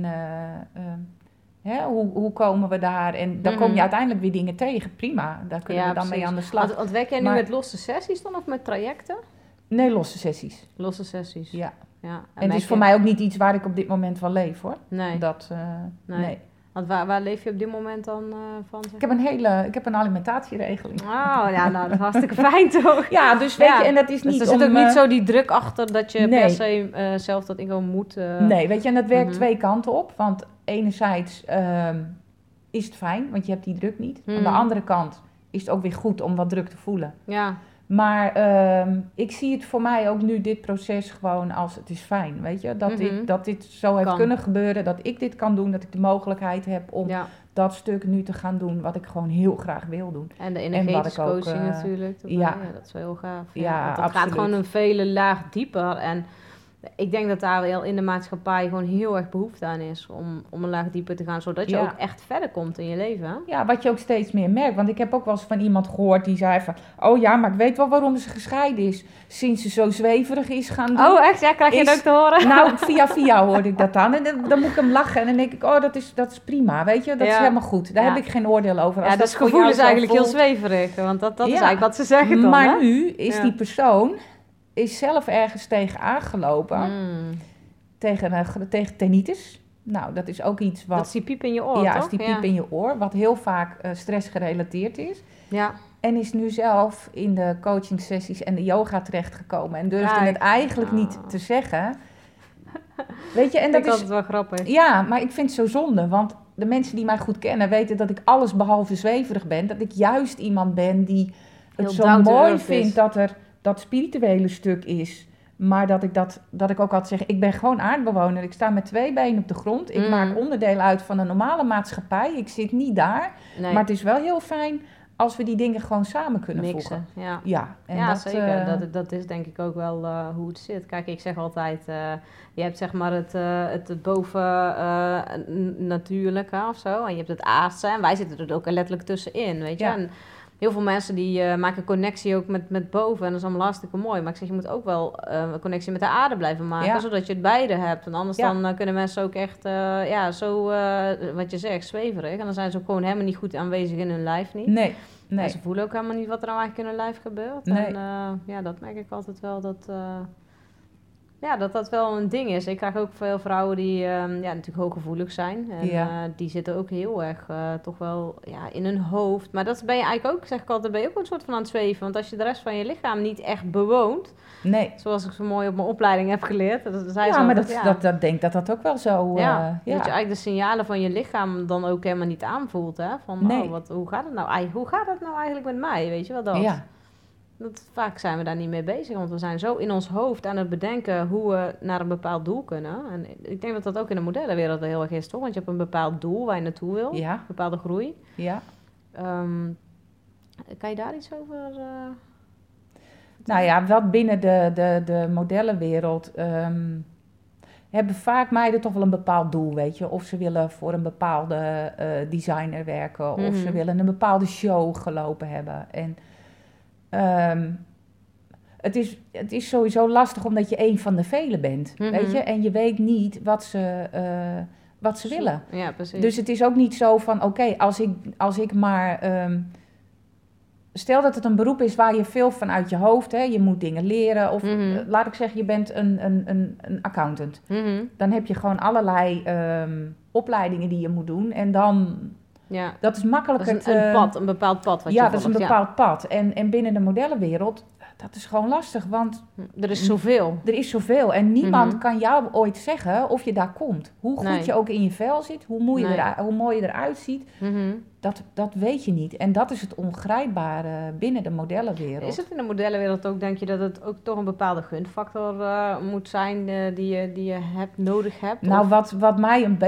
hoe komen we daar? En dan kom je uiteindelijk weer dingen tegen. Prima, daar kunnen we dan mee aan de slag. Want werk jij nu met losse sessies dan of met trajecten? Nee, losse sessies. Losse sessies. Ja. En het is voor mij ook niet iets waar ik op dit moment van leef hoor. Nee. Nee. Want waar leef je op dit moment dan van? Ik heb een alimentatieregeling. Oh, ja, nou, dat is hartstikke fijn toch? Ja, dus weet je, en dat is niet dus er zit ook niet zo die druk achter dat je per se zelf dat inkomen moet... Nee, weet je, en dat werkt twee kanten op. Want enerzijds is het fijn, want je hebt die druk niet. Aan de andere kant is het ook weer goed om wat druk te voelen. Ja. Maar ik zie het voor mij ook nu, dit proces, gewoon als het is fijn, weet je. Dat dit zo heeft kunnen gebeuren, dat ik dit kan doen, dat ik de mogelijkheid heb om dat stuk nu te gaan doen wat ik gewoon heel graag wil doen. En de energetische coaching natuurlijk. Dat is wel heel gaaf. Ja, want dat gaat gewoon een vele laag dieper en... ik denk dat daar wel in de maatschappij gewoon heel erg behoefte aan is om een laag dieper te gaan, zodat je ook echt verder komt in je leven. Hè? Ja, wat je ook steeds meer merkt. Want ik heb ook wel eens van iemand gehoord die zei van, oh ja, maar ik weet wel waarom ze gescheiden is. Sinds ze zo zweverig is gaan doen. Oh echt? Ja, krijg je het ook te horen? Nou, via hoorde ik dat dan. En dan moet ik hem lachen. En dan denk ik, oh, dat is prima, weet je. Dat is helemaal goed. Daar heb ik geen oordeel over. Als dat gevoel is eigenlijk heel zweverig. Want dat is eigenlijk wat ze zeggen dan. Maar nu is die persoon zelf ergens tegen aangelopen. Tegen tinnitus. Nou, dat is ook iets wat... Dat is die piep in je oor, ja, toch? is die piep in je oor. Wat heel vaak stressgerelateerd is. Ja. En is nu zelf in de coaching sessies en de yoga terechtgekomen. En durfde het eigenlijk niet te zeggen. Weet je, en dat is altijd wel grappig. Ja, maar ik vind het zo zonde. Want de mensen die mij goed kennen weten dat ik alles behalve zweverig ben. Dat ik juist iemand ben die het zo mooi vindt dat er dat spirituele stuk is. Maar dat ik ook altijd zeg, ik ben gewoon aardbewoner. Ik sta met 2 benen op de grond. Ik maak onderdeel uit van een normale maatschappij. Ik zit niet daar. Nee. Maar het is wel heel fijn als we die dingen gewoon samen kunnen voegen. Ja, zeker. Dat is denk ik ook wel hoe het zit. Kijk, ik zeg altijd, je hebt zeg maar het boven natuurlijke of zo. En je hebt het aardse. En wij zitten er ook letterlijk tussenin, weet je. Ja. En heel veel mensen die maken connectie ook met boven. En dat is allemaal hartstikke mooi. Maar ik zeg, je moet ook wel een connectie met de aarde blijven maken. Zodat je het beide hebt. En anders dan kunnen mensen ook echt, wat je zegt, zweverig. En dan zijn ze ook gewoon helemaal niet goed aanwezig in hun lijf niet. Nee. En ze voelen ook helemaal niet wat er nou eigenlijk in hun lijf gebeurt. Nee. En dat merk ik altijd wel dat wel een ding is. Ik krijg ook veel vrouwen die natuurlijk hooggevoelig zijn. En die zitten ook heel erg toch wel in hun hoofd. Maar dat ben je eigenlijk ook, zeg ik altijd, ben je ook een soort van aan het zweven. Want als je de rest van je lichaam niet echt bewoont. Nee. Zoals ik zo mooi op mijn opleiding heb geleerd. Dat denk dat ook wel zo... Dat je eigenlijk de signalen van je lichaam dan ook helemaal niet aanvoelt. Hè? Van, hoe gaat het nou eigenlijk met mij? Weet je wel dat? Ja. Vaak zijn we daar niet mee bezig, want we zijn zo in ons hoofd aan het bedenken hoe we naar een bepaald doel kunnen. En ik denk dat dat ook in de modellenwereld heel erg is, toch? Want je hebt een bepaald doel waar je naartoe wil, een bepaalde groei. Ja. Kan je daar iets over... Nou ja, wat binnen de modellenwereld hebben vaak meiden toch wel een bepaald doel, weet je. Of ze willen voor een bepaalde designer werken, of ze willen een bepaalde show gelopen hebben. En het is sowieso lastig omdat je één van de velen bent, weet je. En je weet niet wat ze willen. Ja, precies. Dus het is ook niet zo van, oké, als ik maar... stel dat het een beroep is waar je veel vanuit je hoofd... Hè, je moet dingen leren. Of laat ik zeggen, je bent een accountant. Dan heb je gewoon allerlei opleidingen die je moet doen. En dan... Ja. Dat is makkelijker. Dat is een bepaald pad wat je volgt. Ja, dat is een bepaald pad. En binnen de modellenwereld, dat is gewoon lastig, want... Er is zoveel. Er is zoveel. En niemand kan jou ooit zeggen of je daar komt. Hoe goed je ook in je vel zit, hoe mooi je eruit ziet, dat weet je niet. En dat is het ongrijpbare binnen de modellenwereld. Is het in de modellenwereld ook, denk je, dat het ook toch een bepaalde gunfactor moet zijn die je nodig hebt? Nou, wat mij een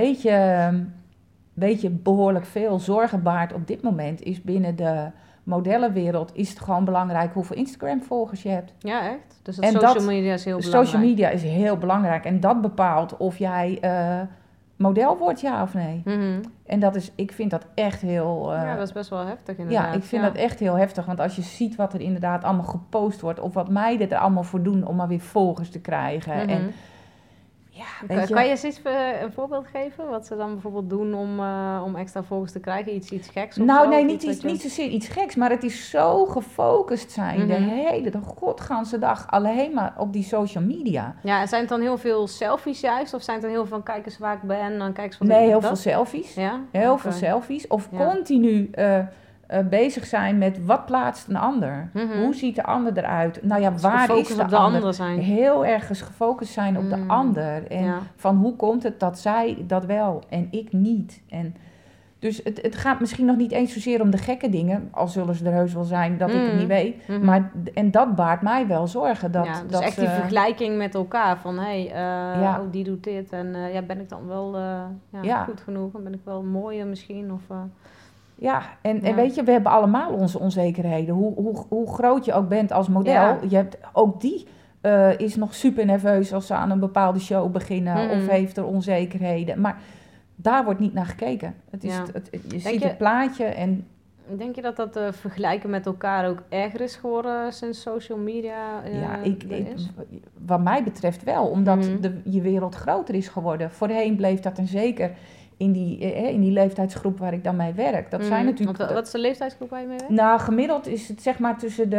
beetje behoorlijk veel zorgen baart op dit moment is binnen de modellenwereld is het gewoon belangrijk hoeveel Instagram-volgers je hebt. Ja, echt? Dus social media is heel belangrijk. Social media is heel belangrijk en dat bepaalt of jij model wordt, ja of nee. En ik vind dat echt heel... dat is best wel heftig inderdaad. Ja, ik vind dat echt heel heftig, want als je ziet wat er inderdaad allemaal gepost wordt of wat meiden er allemaal voor doen om maar weer volgers te krijgen en... Ja, kan je eens een voorbeeld geven? Wat ze dan bijvoorbeeld doen om extra volgers te krijgen? Iets geks of nou, zo? Nee, niet zozeer iets geks. Maar het is zo gefocust zijn de godganse dag alleen maar op die social media. Ja, en zijn het dan heel veel selfies juist? Of zijn het dan heel veel van kijk eens waar ik ben? Dan kijk eens wat heel veel selfies. Ja? Heel veel selfies. Of continu... bezig zijn met wat plaatst een ander. Hoe ziet de ander eruit? Nou ja, waar is de ander? Zijn. Heel erg gefocust zijn op de ander. En van hoe komt het dat zij dat wel en ik niet? En dus het gaat misschien nog niet eens zozeer om de gekke dingen, al zullen ze er heus wel zijn dat ik het niet weet. En dat baart mij wel zorgen. Dus echt die vergelijking met elkaar van die doet dit en ben ik dan wel goed genoeg? En ben ik wel mooier misschien? Of... Ja, en weet je, we hebben allemaal onze onzekerheden. Hoe groot je ook bent als model, je hebt ook die is nog super nerveus als ze aan een bepaalde show beginnen of heeft er onzekerheden. Maar daar wordt niet naar gekeken. Het is je ziet het plaatje en... Denk je dat vergelijken met elkaar ook erger is geworden sinds social media is? Wat mij betreft wel, omdat je wereld groter is geworden. Voorheen bleef dat en zeker in die leeftijdsgroep waar ik dan mee werk. Dat zijn natuurlijk... Wat is de leeftijdsgroep waar je mee werkt? Nou, gemiddeld is het zeg maar tussen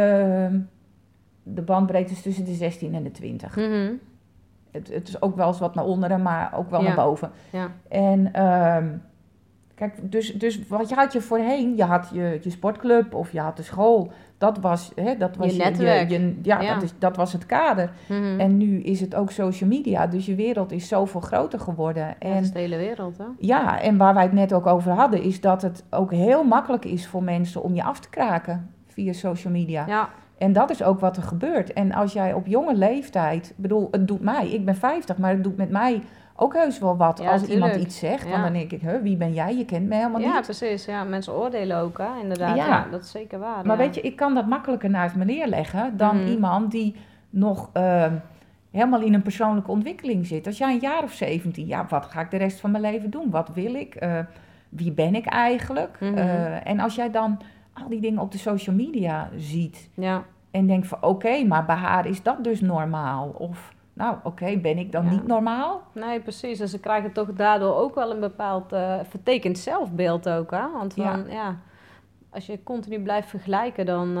de bandbreedte is tussen de 16 en de 20. Mm-hmm. Het is ook wel eens wat naar onderen, maar ook wel naar boven. Ja. En kijk, dus wat had je voorheen? Je had je sportclub of je had de school. Dat was je netwerk. Dat was het kader. Mm-hmm. En nu is het ook social media. Dus je wereld is zoveel groter geworden. En, dat is de hele wereld, hè? Ja, en waar wij het net ook over hadden... is dat het ook heel makkelijk is voor mensen om je af te kraken via social media. Ja. En dat is ook wat er gebeurt. En als jij op jonge leeftijd... Ik bedoel, het doet mij... Ik ben 50, maar het doet met mij ook heus wel wat. Ja, als tuurlijk. iemand iets zegt, want dan denk ik... wie ben jij? Je kent me helemaal niet. Ja, precies. Ja, mensen oordelen ook, hè? Inderdaad. Ja, dat is zeker waar. Maar weet je, ik kan dat makkelijker naast me neerleggen... dan iemand die nog helemaal in een persoonlijke ontwikkeling zit. Als jij een jaar of 17... Ja, wat ga ik de rest van mijn leven doen? Wat wil ik? Wie ben ik eigenlijk? En als jij dan al die dingen op de social media ziet... Ja. En denk van oké, maar bij haar is dat dus normaal. Of nou oké, ben ik dan niet normaal? Nee, precies. En ze krijgen toch daardoor ook wel een bepaald vertekend zelfbeeld ook. Hè? Want als je continu blijft vergelijken dan...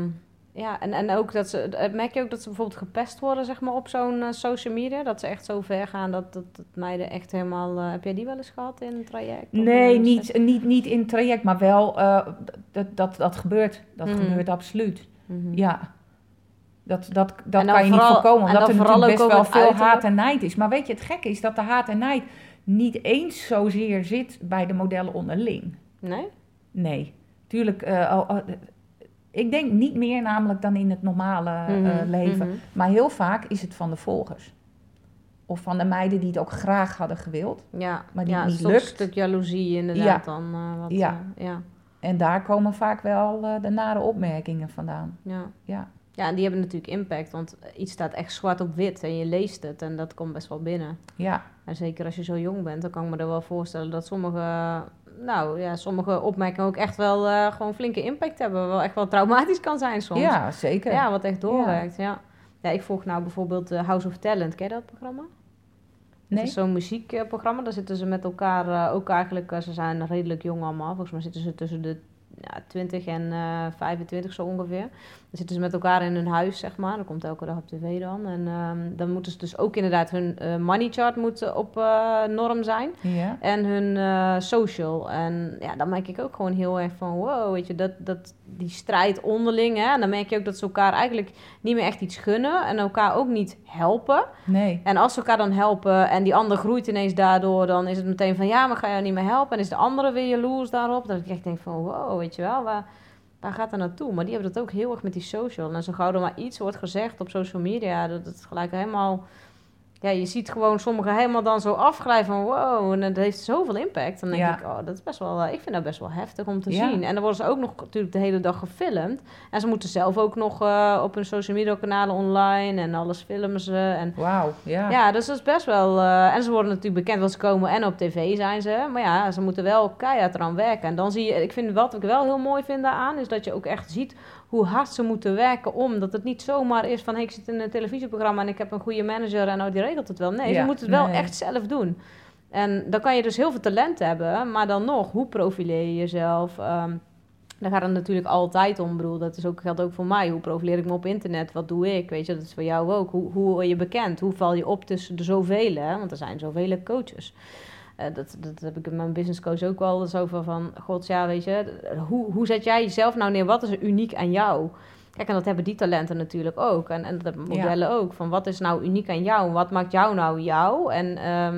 En ook merk je ook dat ze bijvoorbeeld gepest worden zeg maar, op zo'n social media? Dat ze echt zo ver gaan dat meiden echt helemaal... heb jij die wel eens gehad in een traject? Nee, niet in het traject, maar wel dat gebeurt. Dat gebeurt absoluut. Mm-hmm. Ja, dat kan je niet voorkomen, omdat er natuurlijk best wel veel haat en nijd is. Maar weet je, het gekke is dat de haat en nijd niet eens zozeer zit bij de modellen onderling. Nee? Nee, tuurlijk. Ik denk niet meer namelijk dan in het normale leven. Mm-hmm. Maar heel vaak is het van de volgers. Of van de meiden die het ook graag hadden gewild. Ja, maar die het niet lukt. Een stuk jaloezie inderdaad dan. En daar komen vaak wel de nare opmerkingen vandaan. Ja, en die hebben natuurlijk impact. Want iets staat echt zwart op wit en je leest het. En dat komt best wel binnen. Ja. En zeker als je zo jong bent, dan kan ik me er wel voorstellen dat sommige opmerkingen ook echt wel gewoon flinke impact hebben. Wel echt wel traumatisch kan zijn soms. Ja, zeker. Ja, wat echt doorwerkt, ja. Ik volg nou bijvoorbeeld House of Talent. Ken je dat programma? Nee. Dat is zo'n muziekprogramma. Daar zitten ze met elkaar ook eigenlijk... ze zijn redelijk jong allemaal. Volgens mij zitten ze tussen de 20 en 25 zo ongeveer. Dan zitten ze met elkaar in hun huis, zeg maar. Dat komt elke dag op tv dan. En dan moeten ze dus ook inderdaad... hun money chart moet op norm zijn. Ja. En hun social. En ja, dan merk ik ook gewoon heel erg van... wow, weet je, die strijd onderling. Hè? En dan merk je ook dat ze elkaar eigenlijk niet meer echt iets gunnen. En elkaar ook niet helpen. Nee. En als ze elkaar dan helpen en die ander groeit ineens daardoor... dan is het meteen van, ja, maar ga je niet meer helpen? En is de andere weer jaloers daarop? Dat ik echt denk van, wow, weet je wel... Waar gaat dat naartoe? Maar die hebben dat ook heel erg met die social. En zo gauw er maar iets wordt gezegd op social media... dat het gelijk helemaal... Ja, je ziet gewoon sommigen helemaal dan zo afglijden van wow, en dat heeft zoveel impact. Dan denk ik, dat is best wel, ik vind dat best wel heftig om te zien. En dan worden ze ook nog natuurlijk de hele dag gefilmd. En ze moeten zelf ook nog op hun social media kanalen online en alles filmen ze. En, wauw, ja. Ja, dus dat is best wel, en ze worden natuurlijk bekend, want ze komen en op tv zijn ze. Maar ja, ze moeten wel keihard eraan werken. En dan zie je, ik vind wat ik wel heel mooi vind daaraan, is dat je ook echt ziet hoe hard ze moeten werken om. Dat het niet zomaar is van, hey, ik zit in een televisieprogramma en ik heb een goede manager en die regelt het wel. Nee, ze moeten het wel echt zelf doen. En dan kan je dus heel veel talent hebben, maar dan nog, hoe profileer je jezelf? Daar gaat het natuurlijk altijd om. Ik bedoel, geldt ook voor mij. Hoe profileer ik me op internet? Wat doe ik? Weet je, dat is voor jou ook. Hoe word je bekend? Hoe val je op tussen de zoveel? Want er zijn zoveel coaches. Dat heb ik in mijn business coach ook wel eens over van... God, ja, weet je, hoe zet jij jezelf nou neer? Wat is er uniek aan jou? Kijk, en dat hebben die talenten natuurlijk ook. En dat hebben modellen ook. Van wat is nou uniek aan jou? Wat maakt jou nou jou? En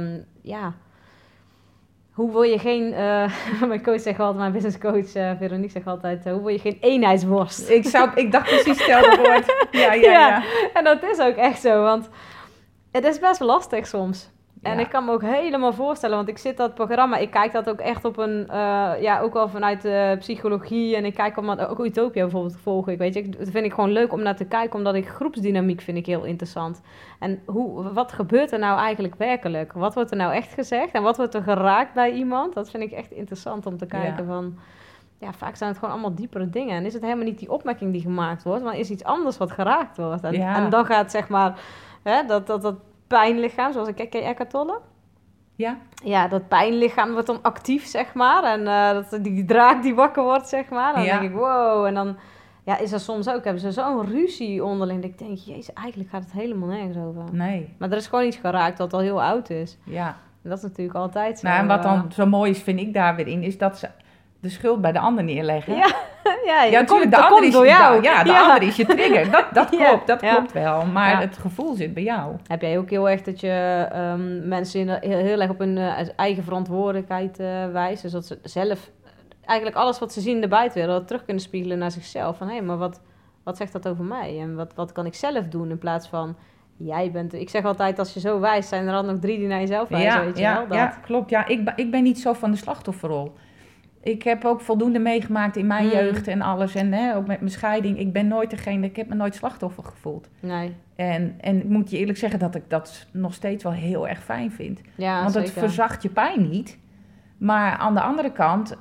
hoe word je geen... mijn coach zegt altijd, mijn business coach Veronique zegt altijd... hoe word je geen eenheidsworst? Ik dacht precies hetzelfde woord. Ja. En dat is ook echt zo, want het is best lastig soms. En ik kan me ook helemaal voorstellen, want ik zit dat programma, ik kijk dat ook echt op een, ook wel vanuit de psychologie. En ik kijk ook Utopia bijvoorbeeld volg ik, weet je. Dat vind ik gewoon leuk om naar te kijken, omdat ik groepsdynamiek vind ik heel interessant. En wat gebeurt er nou eigenlijk werkelijk? Wat wordt er nou echt gezegd? En wat wordt er geraakt bij iemand? Dat vind ik echt interessant om te kijken van... Ja, vaak zijn het gewoon allemaal diepere dingen. En is het helemaal niet die opmerking die gemaakt wordt, maar is iets anders wat geraakt wordt. En dan gaat zeg maar, dat pijnlichaam, zoals ik ken je Eckhart Tolle? Ja. Ja, dat pijnlichaam wordt dan actief, zeg maar. En die draak die wakker wordt, zeg maar. Dan denk ik, wow. En dan is er soms ook, hebben ze zo'n ruzie onderling. Dat ik denk, jezus, eigenlijk gaat het helemaal nergens over. Nee. Maar er is gewoon iets geraakt wat al heel oud is. Ja. En dat is natuurlijk altijd zo. Nou, en wat dan zo mooi is, vind ik daar weer in, is dat ze de schuld bij de ander neerleggen. Ja, natuurlijk, de ander is door jou. De ander is je trigger. Dat klopt, klopt wel. Maar het gevoel zit bij jou. Heb jij ook heel erg dat je mensen heel erg op hun eigen verantwoordelijkheid wijst? Dus dat ze zelf eigenlijk alles wat ze zien in de buitenwereld terug kunnen spiegelen naar zichzelf. Van hé, maar wat zegt dat over mij? En wat kan ik zelf doen in plaats van... Jij bent... Ik zeg altijd, als je zo wijst, zijn er dan nog 3 die naar jezelf wijzen, weet je wel? Dat. Ja, klopt. Ja, ik ben niet zo van de slachtofferrol. Ik heb ook voldoende meegemaakt in mijn jeugd en alles. En ook met mijn scheiding. Ik ben nooit degene... Ik heb me nooit slachtoffer gevoeld. Nee. En ik moet je eerlijk zeggen dat ik dat nog steeds wel heel erg fijn vind. Ja, want zeker. het verzacht je pijn niet. Maar aan de andere kant...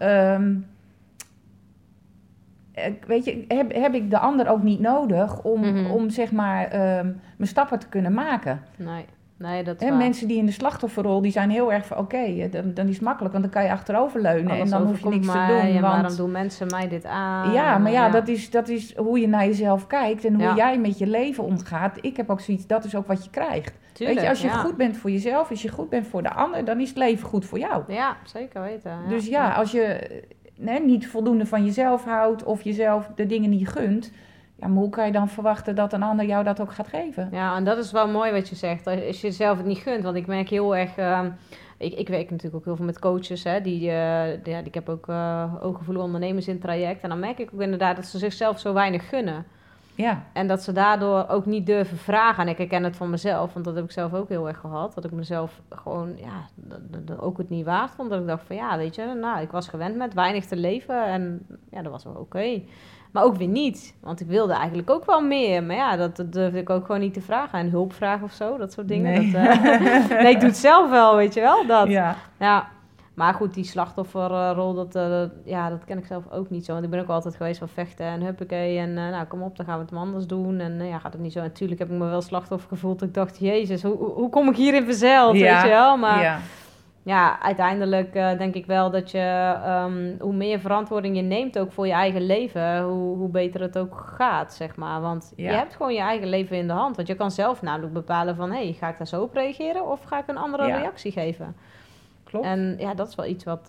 weet je, heb ik de ander ook niet nodig om zeg maar mijn stappen te kunnen maken. Nee, dat is waar. Mensen die in de slachtofferrol, die zijn heel erg van oké, dan is het makkelijk, want dan kan je achteroverleunen en dan hoef je niks te doen. Want... waarom doen mensen mij dit aan? Ja, maar dat is hoe je naar jezelf kijkt en hoe jij met je leven omgaat. Ik heb ook zoiets, dat is ook wat je krijgt. Tuurlijk, weet je, als je goed bent voor jezelf, als je goed bent voor de ander, dan is het leven goed voor jou. Ja, zeker weten. Ja. Dus als je... niet voldoende van jezelf houdt of jezelf de dingen niet gunt... Ja, maar hoe kan je dan verwachten dat een ander jou dat ook gaat geven? Ja, en dat is wel mooi wat je zegt. Als je jezelf het niet gunt, want ik merk heel erg... Ik werk natuurlijk ook heel veel met coaches. Hè, ik heb ook hooggevoelige ondernemers in het traject. En dan merk ik ook inderdaad dat ze zichzelf zo weinig gunnen. Ja. En dat ze daardoor ook niet durven vragen. En ik herken het van mezelf, want dat heb ik zelf ook heel erg gehad. Dat ik mezelf gewoon, ook het niet waard vond. Dat ik dacht van, weet je, ik was gewend met weinig te leven. En dat was wel oké. Maar ook weer niet. Want ik wilde eigenlijk ook wel meer. Maar dat durfde ik ook gewoon niet te vragen. En hulp vragen of zo, dat soort dingen. Nee, nee, ik doe het zelf wel, weet je wel. Dat. Ja. Maar goed, die slachtofferrol, dat ken ik zelf ook niet zo. Want ik ben ook altijd geweest van vechten en huppakee. En kom op, dan gaan we het maar anders doen. En gaat het niet zo. En natuurlijk heb ik me wel slachtoffer gevoeld. Ik dacht, jezus, hoe kom ik hierin verzeild, weet je wel. Maar uiteindelijk denk ik wel dat je... hoe meer verantwoording je neemt ook voor je eigen leven... hoe beter het ook gaat, zeg maar. Want je hebt gewoon je eigen leven in de hand. Want je kan zelf namelijk bepalen van... ga ik daar zo op reageren of ga ik een andere reactie geven? Klopt. En dat is wel iets wat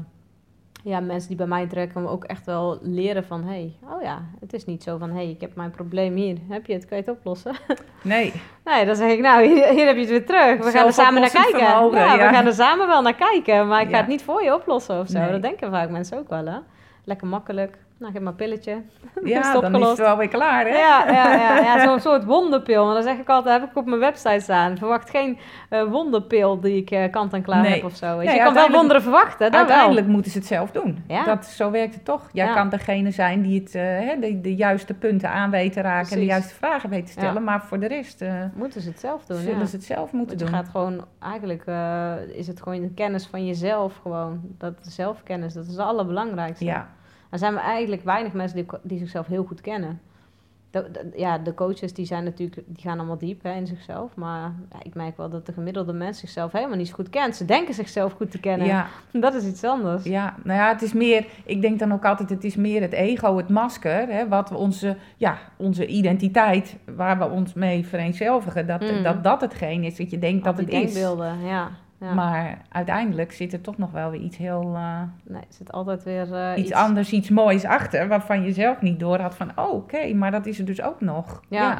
mensen die bij mij trekken me ook echt wel leren van... het is niet zo van, ik heb mijn probleem hier. Heb je het? Kan je het oplossen? Nee. Nee, dan zeg ik, hier heb je het weer terug. We gaan er samen naar kijken. We gaan er samen wel naar kijken. Maar ik ga het niet voor je oplossen of zo. Nee. Dat denken vaak mensen ook wel, hè? Lekker makkelijk. Nou, geef maar een pilletje. Ja, dan is het wel weer klaar, hè? Ja, zo'n soort wonderpil. Maar dan zeg ik altijd, heb ik op mijn website staan. Verwacht geen wonderpil die ik kant en klaar heb of zo. Je kan wel wonderen verwachten. Uiteindelijk moeten ze het zelf doen. Ja. Zo werkt het toch. Jij kan degene zijn die het, de juiste punten aan weet te raken... en de juiste vragen weet te stellen. Ja. Maar voor de rest... moeten ze het zelf doen, zullen ze het zelf moeten doen. Gaat gewoon, eigenlijk is het gewoon de kennis van jezelf gewoon. Dat zelfkennis, dat is het allerbelangrijkste. Ja. Er zijn eigenlijk weinig mensen die zichzelf heel goed kennen. De coaches die gaan allemaal diep in zichzelf. Maar ik merk wel dat de gemiddelde mens zichzelf helemaal niet zo goed kent. Ze denken zichzelf goed te kennen. Ja. Dat is iets anders. Ja, het is meer... Ik denk dan ook altijd, het is meer het ego, het masker. Hè, wat we onze identiteit, waar we ons mee vereenzelvigen. Dat hetgeen is dat je denkt dat het is. Denkbeelden, ja. Maar uiteindelijk zit er toch nog wel weer iets heel... er zit altijd weer iets anders, iets moois achter... waarvan je zelf niet door had van... oké, maar dat is er dus ook nog.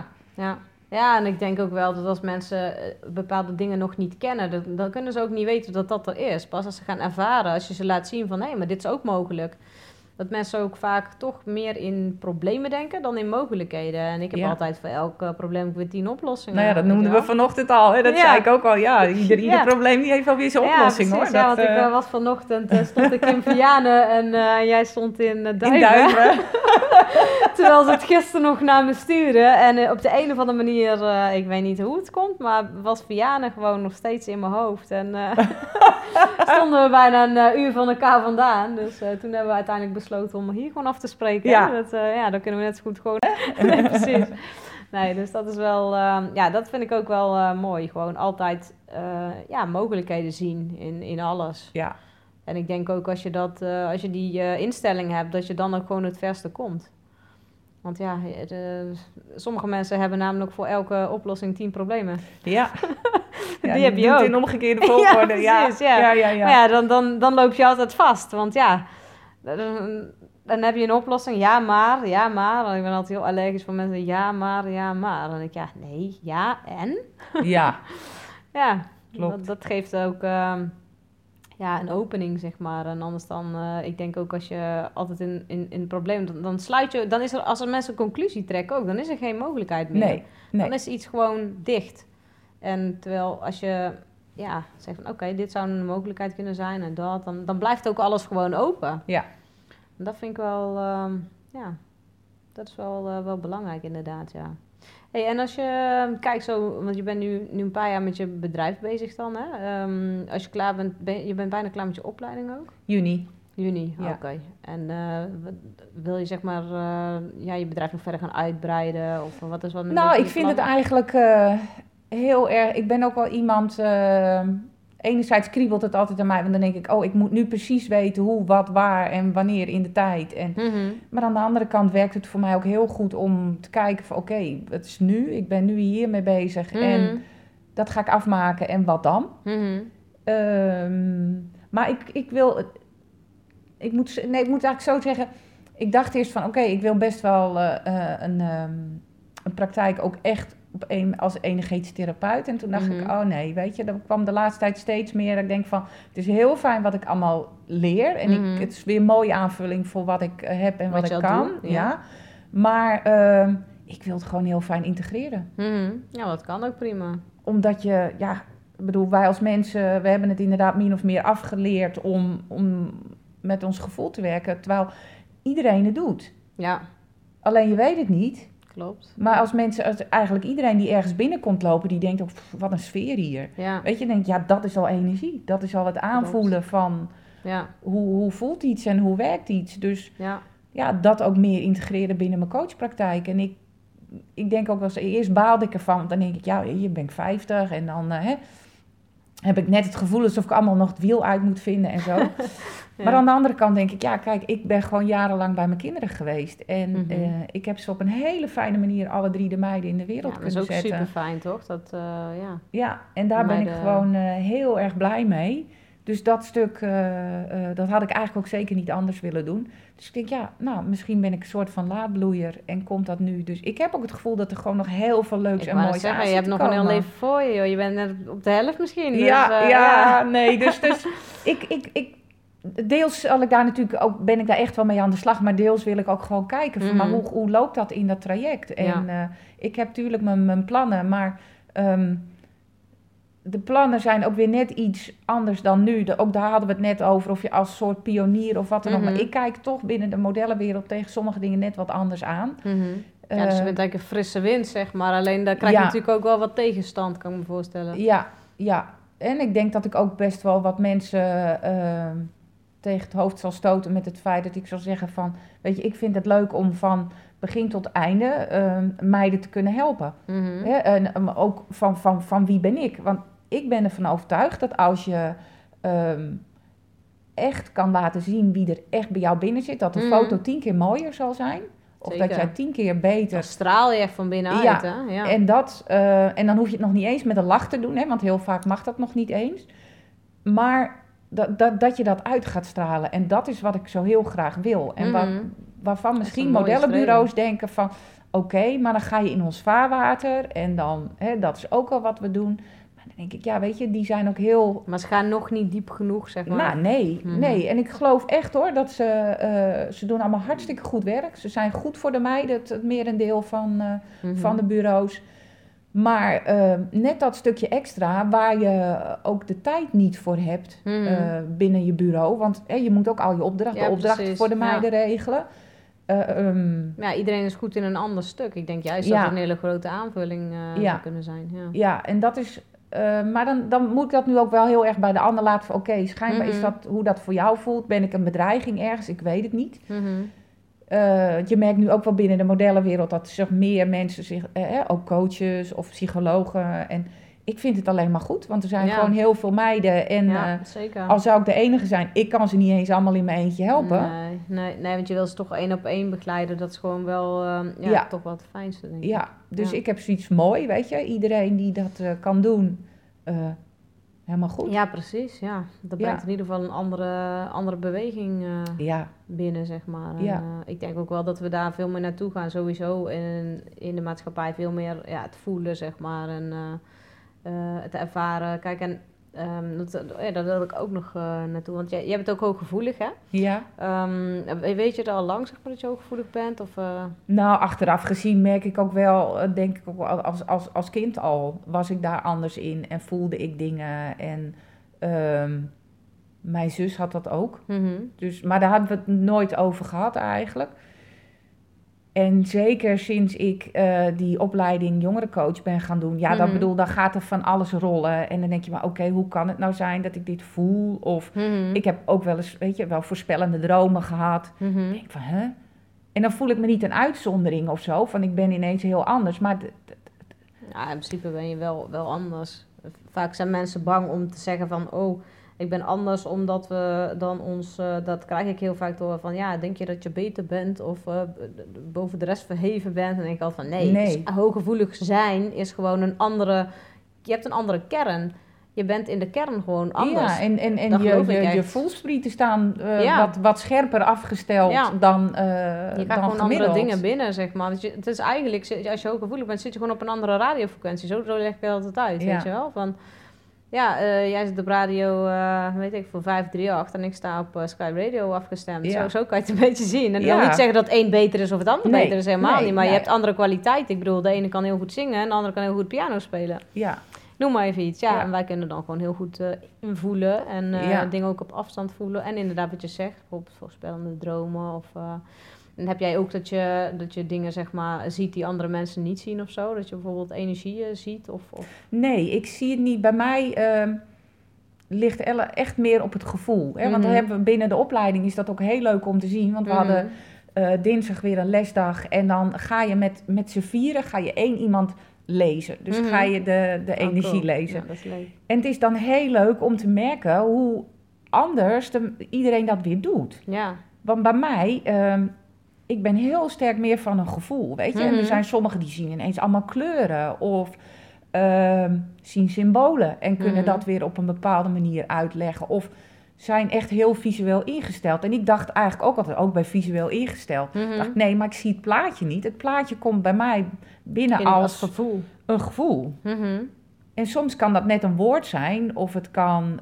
Ja, en ik denk ook wel dat als mensen bepaalde dingen nog niet kennen... dan kunnen ze ook niet weten dat er is. Pas als ze gaan ervaren, als je ze laat zien van... maar dit is ook mogelijk... dat mensen ook vaak toch meer in problemen denken dan in mogelijkheden. En ik heb altijd voor elk probleem weer 10 oplossingen. Nou ja, dat noemden we vanochtend al. Hè? Dat zei ik ook al. Ja, ieder probleem die heeft wel weer zijn oplossing, precies, hoor. Ja, want ik was vanochtend, stond ik in Vianen en jij stond in Duiven. In Duiven. Terwijl ze het gisteren nog naar me sturen. En op de een of andere manier, ik weet niet hoe het komt, maar was Vianen gewoon nog steeds in mijn hoofd. En stonden we bijna een uur van elkaar vandaan. Dus toen hebben we uiteindelijk besloten om hier gewoon af te spreken. Ja. Dan kunnen we net zo goed gewoon... Nee, precies. Nee, dus dat is wel... dat vind ik ook wel mooi. Gewoon altijd mogelijkheden zien in alles. Ja. En ik denk ook als je die instelling hebt, dat je dan ook gewoon het verste komt. Want sommige mensen hebben namelijk voor elke oplossing 10 problemen. Ja. Die heb je ook. In omgekeerde volgorde. Ja, precies, ja. Ja. Maar ja, dan loop je altijd vast. Want dan heb je een oplossing. Ja, maar. Ik ben altijd heel allergisch voor mensen. Ja, maar. Dan denk ik, nee, ja, en? Ja. Ja, klopt. Dat geeft ook... een opening, zeg maar. En anders dan, ik denk ook als je altijd in een probleem... Dan sluit je... Dan is er, als er mensen een conclusie trekken ook, dan is er geen mogelijkheid meer. Nee. Dan is iets gewoon dicht. En terwijl als je zegt van oké, dit zou een mogelijkheid kunnen zijn en dat... Dan blijft ook alles gewoon open. Ja. En dat vind ik wel... dat is wel belangrijk inderdaad, ja. Hey, en als je kijkt zo, want je bent nu een paar jaar met je bedrijf bezig dan, hè? Als je klaar bent, je bent bijna klaar met je opleiding ook? Juni, ja. Oké. En wil je zeg maar je bedrijf nog verder gaan uitbreiden? Of wat is wat? Nou, ik vind het eigenlijk heel erg... Ik ben ook wel iemand... enerzijds kriebelt het altijd aan mij, want dan denk ik... ik moet nu precies weten hoe, wat, waar en wanneer in de tijd. Maar aan de andere kant werkt het voor mij ook heel goed om te kijken van... Oké, het is nu, ik ben nu hiermee bezig en dat ga ik afmaken en wat dan? Maar ik moet eigenlijk zo zeggen... Ik dacht eerst van ik wil best wel een praktijk ook echt... als energetisch therapeut. En toen dacht ik, nee, weet je, dat kwam de laatste tijd steeds meer. Dat ik denk van, het is heel fijn wat ik allemaal leer. En het is weer een mooie aanvulling voor wat ik heb en wat ik kan. Doet, ja. Maar ik wil het gewoon heel fijn integreren. Ja, dat kan ook prima. Omdat je, ik bedoel, wij als mensen, we hebben het inderdaad min of meer afgeleerd om met ons gevoel te werken. Terwijl iedereen het doet. Ja. Alleen je weet het niet. Klopt. Maar als mensen, eigenlijk iedereen die ergens binnenkomt lopen, die denkt ook, wat een sfeer hier. Ja. Weet je, denkt, dat is al energie. Dat is al het aanvoelen van hoe voelt iets en hoe werkt iets. Dus dat ook meer integreren binnen mijn coachpraktijk. En ik denk ook wel eens, eerst baalde ik ervan, want dan denk ik, je ben ik 50 en dan heb ik net het gevoel alsof ik allemaal nog het wiel uit moet vinden en zo. Maar aan de andere kant denk ik, kijk, ik ben gewoon jarenlang bij mijn kinderen geweest. En ik heb ze op een hele fijne manier alle 3 de meiden in de wereld kunnen zetten. Dat is ook super fijn, toch? Ja, en daar ben ik gewoon heel erg blij mee. Dus dat stuk, dat had ik eigenlijk ook zeker niet anders willen doen. Dus ik denk, misschien ben ik een soort van laadbloeier en komt dat nu. Dus ik heb ook het gevoel dat er gewoon nog heel veel leuks en moois aan zit. Je hebt nog een heel leven voor je, joh. Je bent net op de helft misschien. Dus, nee. Dus ik deels zal ik daar natuurlijk ook, ben ik daar echt wel mee aan de slag, maar deels wil ik ook gewoon kijken van, maar hoe loopt dat in dat traject? En ik heb natuurlijk mijn plannen, maar de plannen zijn ook weer net iets anders dan nu. Ook daar hadden we het net over, of je als soort pionier of wat dan ook. Maar ik kijk toch binnen de modellenwereld tegen sommige dingen net wat anders aan. Dus je bent eigenlijk een frisse wind, zeg maar. Alleen daar krijg je natuurlijk ook wel wat tegenstand, kan ik me voorstellen. Ja. En ik denk dat ik ook best wel wat mensen tegen het hoofd zal stoten met het feit dat ik zal zeggen van, weet je, ik vind het leuk om van begin tot einde meiden te kunnen helpen. En ook van wie ben ik? Want ik ben ervan overtuigd dat als je echt kan laten zien wie er echt bij jou binnen zit, dat de foto 10 keer mooier zal zijn. Of Zeker. dat jij 10 keer beter... Dan straal je echt van binnenuit, hè? Ja. En dan hoef je het nog niet eens met een lach te doen, hè, want heel vaak mag dat nog niet eens. Maar dat je dat uit gaat stralen. En dat is wat ik zo heel graag wil. En waarvan misschien modellenbureaus denken van, oké, maar dan ga je in ons vaarwater en dan, dat is ook al wat we doen. dan denk ik, ja, weet je, die zijn ook heel... Maar ze gaan nog niet diep genoeg, zeg maar. Nou, nee. En ik geloof echt hoor, dat ze doen allemaal hartstikke goed werk. Ze zijn goed voor de meiden, het merendeel van de bureaus. Maar net dat stukje extra, waar je ook de tijd niet voor hebt binnen je bureau. Want je moet ook al je opdrachten precies. voor de meiden regelen. Iedereen is goed in een ander stuk. Ik denk juist dat het een hele grote aanvulling zou kunnen zijn. Ja, en dat is... maar dan moet ik dat nu ook wel heel erg bij de ander laten. Oké, schijnbaar is dat hoe dat voor jou voelt. Ben ik een bedreiging ergens? Ik weet het niet. Je merkt nu ook wel binnen de modellenwereld dat zich meer mensen zich, ook coaches of psychologen. En ik vind het alleen maar goed, want er zijn gewoon heel veel meiden. En al zou ik de enige zijn, ik kan ze niet eens allemaal in mijn eentje helpen. Nee, want je wil ze toch 1-op-1 begeleiden. Dat is gewoon wel toch wel het fijnste, denk ik. Ja, dus ik heb zoiets mooi, weet je. Iedereen die dat kan doen, helemaal goed. Ja, precies. Ja. Dat brengt in ieder geval een andere beweging binnen, zeg maar. En, ik denk ook wel dat we daar veel meer naartoe gaan, sowieso. In de maatschappij veel meer het voelen, zeg maar. En het ervaren. Kijk, en daar wil ik ook nog naartoe. Want jij bent ook hooggevoelig, hè? Ja. Weet je het al lang, zeg maar, dat je hooggevoelig bent? Of, Nou, achteraf gezien merk ik ook wel, denk ik ook wel, als kind al was ik daar anders in en voelde ik dingen. En mijn zus had dat ook. Dus, maar daar hadden we het nooit over gehad eigenlijk. En zeker sinds ik die opleiding jongerencoach ben gaan doen, dan gaat er van alles rollen. En dan denk je maar, oké, hoe kan het nou zijn dat ik dit voel? Of ik heb ook wel eens, weet je, wel voorspellende dromen gehad. Ik denk van, hè? En dan voel ik me niet een uitzondering of zo, van ik ben ineens heel anders. Maar ja, in principe ben je wel anders. Vaak zijn mensen bang om te zeggen van, oh, ik ben anders omdat we dan ons... dat krijg ik heel vaak door van... Ja, denk je dat je beter bent of boven de rest verheven bent? En dan denk ik altijd van nee. Dus hooggevoelig zijn is gewoon een andere... Je hebt een andere kern. Je bent in de kern gewoon anders. Ja, en je voelsprieten staan wat scherper afgesteld dan gemiddeld. Je krijgt gewoon andere dingen binnen, zeg maar. Dus het is eigenlijk... Als je hooggevoelig bent, zit je gewoon op een andere radiofrequentie. Zo leg ik het altijd uit, weet je wel? Van... Ja, jij zit op radio, weet ik, voor 538 en ik sta op Sky Radio afgestemd. Ja. Zo kan je het een beetje zien. En ik wil niet zeggen dat het een beter is of het ander beter is, helemaal niet. Maar je hebt andere kwaliteit. Ik bedoel, de ene kan heel goed zingen en de andere kan heel goed piano spelen. Ja. Noem maar even iets. Ja, en wij kunnen dan gewoon heel goed invoelen en dingen ook op afstand voelen. En inderdaad wat je zegt, bijvoorbeeld voorspellende dromen of... En heb jij ook dat je dingen, zeg maar, ziet die andere mensen niet zien of zo? Dat je bijvoorbeeld energie ziet? Of... Nee, ik zie het niet. Bij mij ligt echt meer op het gevoel. Hè? Want dan hebben we binnen de opleiding is dat ook heel leuk om te zien. Want we hadden dinsdag weer een lesdag. En dan ga je met z'n vieren ga je 1 iemand lezen. Dus ga je de energie lezen. Ja, dat is leuk. En het is dan heel leuk om te merken hoe anders iedereen dat weer doet. Ja. Want bij mij... ik ben heel sterk meer van een gevoel, weet je. En er zijn sommigen die zien ineens allemaal kleuren of zien symbolen en kunnen dat weer op een bepaalde manier uitleggen. Of zijn echt heel visueel ingesteld. En ik dacht eigenlijk ook altijd, ook bij visueel ingesteld. Ik dacht, nee, maar ik zie het plaatje niet. Het plaatje komt bij mij binnen als gevoel. Een gevoel. En soms kan dat net een woord zijn of het kan...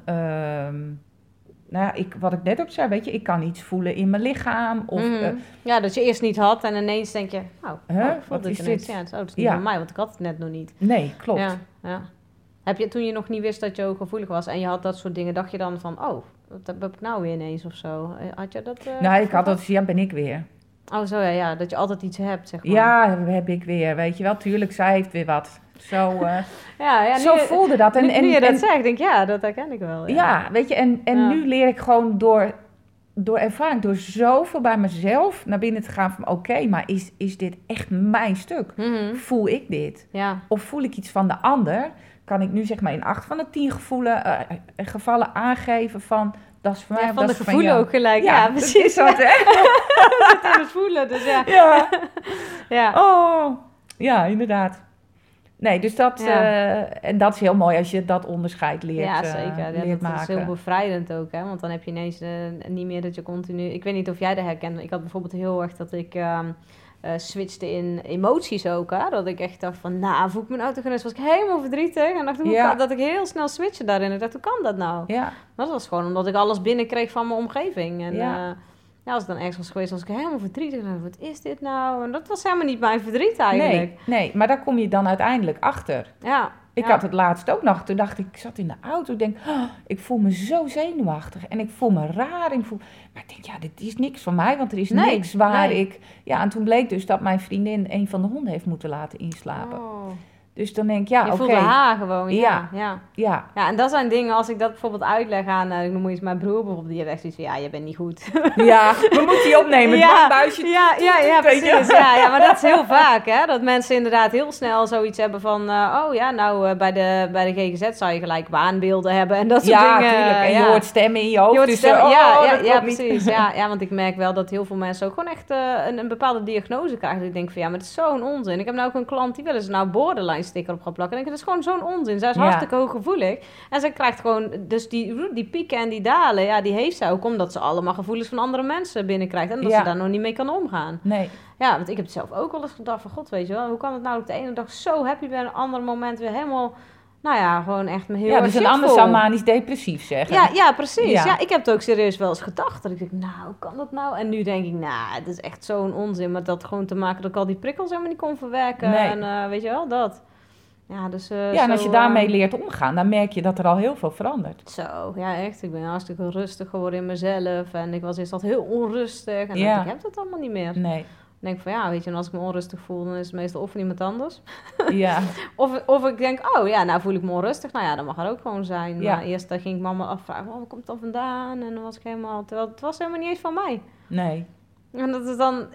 wat ik net ook zei, weet je, ik kan iets voelen in mijn lichaam. Of, ja, dat je eerst niet had en ineens denk je, wat is dit? Ja, dat is niet van mij, want ik had het net nog niet. Nee, klopt. Ja. Heb je, toen je nog niet wist dat je ook gevoelig was en je had dat soort dingen, dacht je dan van, oh, wat heb ik nou weer ineens of zo? Had je dat? Ik had dat, ben ik weer. Oh, zo ja, dat je altijd iets hebt, zeg maar. Ja, heb ik weer, weet je wel. Tuurlijk, zij heeft weer wat. Zo, zo voelde dat. En nu je dat zegt, denk ik, dat herken ik wel. Ja, weet je, en nu leer ik gewoon door ervaring, door zoveel bij mezelf naar binnen te gaan van oké, maar is dit echt mijn stuk? Voel ik dit? Ja. Of voel ik iets van de ander? Kan ik nu zeg maar in 8 van de 10 gevallen aangeven van... Dat is voor mij, van dat de gevoelen ook gelijk. Ja, precies. Dat is wat, hè? Dat zit in het voelen, dus ja. Ja. Oh, ja, inderdaad. Nee, dus dat... en dat is heel mooi als je dat onderscheid leert Ja, zeker. Leert dat maken. is heel bevrijdend ook, hè. Want dan heb je ineens niet meer dat je continu... Ik weet niet of jij dat herkent. Ik had bijvoorbeeld heel erg dat ik... switchte in emoties ook. Hè? Dat ik echt dacht van, nou, voel ik mijn autogenus, was ik helemaal verdrietig. En dacht, hoe kan, dat ik heel snel switchte daarin. Ik dacht, hoe kan dat nou? Ja. Maar dat was gewoon omdat ik alles binnenkreeg van mijn omgeving. En als ik dan ergens was geweest, was ik helemaal verdrietig. En wat is dit nou? En dat was helemaal niet mijn verdriet eigenlijk. Nee, maar daar kom je dan uiteindelijk achter. Ja. Ik had het laatst ook nog. Toen dacht ik zat in de auto. Ik denk, ik voel me zo zenuwachtig. En ik voel me raar. Maar ik denk, dit is niks van mij. Want er is niks waar ik... Ja, en toen bleek dus dat mijn vriendin een van de honden heeft moeten laten inslapen. Oh. Dus dan denk ik, je voelde haar gewoon, ja. Ja, en dat zijn dingen, als ik dat bijvoorbeeld uitleg aan, ik noem eens mijn broer bijvoorbeeld, die heeft echt zoiets van, je bent niet goed. Ja, we moeten die opnemen, het wangbuisje. Ja, precies. Ja, maar dat is heel vaak, hè, dat mensen inderdaad heel snel zoiets hebben van, bij de GGZ zou je gelijk waanbeelden hebben en dat soort dingen. Ja, tuurlijk, en je hoort stemmen in je hoofd. Precies. Ja, want ik merk wel dat heel veel mensen ook gewoon echt een bepaalde diagnose krijgen. Ik denk van, maar het is zo'n onzin. Ik heb nou ook een klant, die wel eens nou borderline sticker op gaan plakken. En ik denk, dat is gewoon zo'n onzin. Zij is hartstikke hooggevoelig. En zij krijgt gewoon, dus die pieken en die dalen, die heeft zij ook omdat ze allemaal gevoelens van andere mensen binnenkrijgt. En dat ze daar nog niet mee kan omgaan. Nee. Ja, want ik heb het zelf ook wel eens gedacht van, god, weet je wel, hoe kan het nou dat ik de ene dag zo happy ben en een ander moment weer helemaal... gewoon echt me heel erg dus een ander zou manisch depressief zeggen. Ja, precies. Ja, ik heb het ook serieus wel eens gedacht. Dat ik denk, hoe kan dat nou? En nu denk ik, het is echt zo'n onzin. Maar dat gewoon te maken dat ik al die prikkels helemaal niet kon verwerken. Nee. En weet je wel, dat... Ja, dus, en als je daarmee leert omgaan, dan merk je dat er al heel veel verandert. Zo, ja echt. Ik ben hartstikke rustig geworden in mezelf. En ik was eerst altijd heel onrustig. En ik heb dat allemaal niet meer. Nee. Dan denk ik van, weet je, en als ik me onrustig voel, dan is het meestal of van iemand anders. Ja. of ik denk, nou voel ik me onrustig. Nou ja, dat mag er ook gewoon zijn. Ja. Maar eerst ging ik mama afvragen, waar komt het dan vandaan? En dan was ik helemaal, terwijl het was helemaal niet eens van mij. Nee. En dat is dan,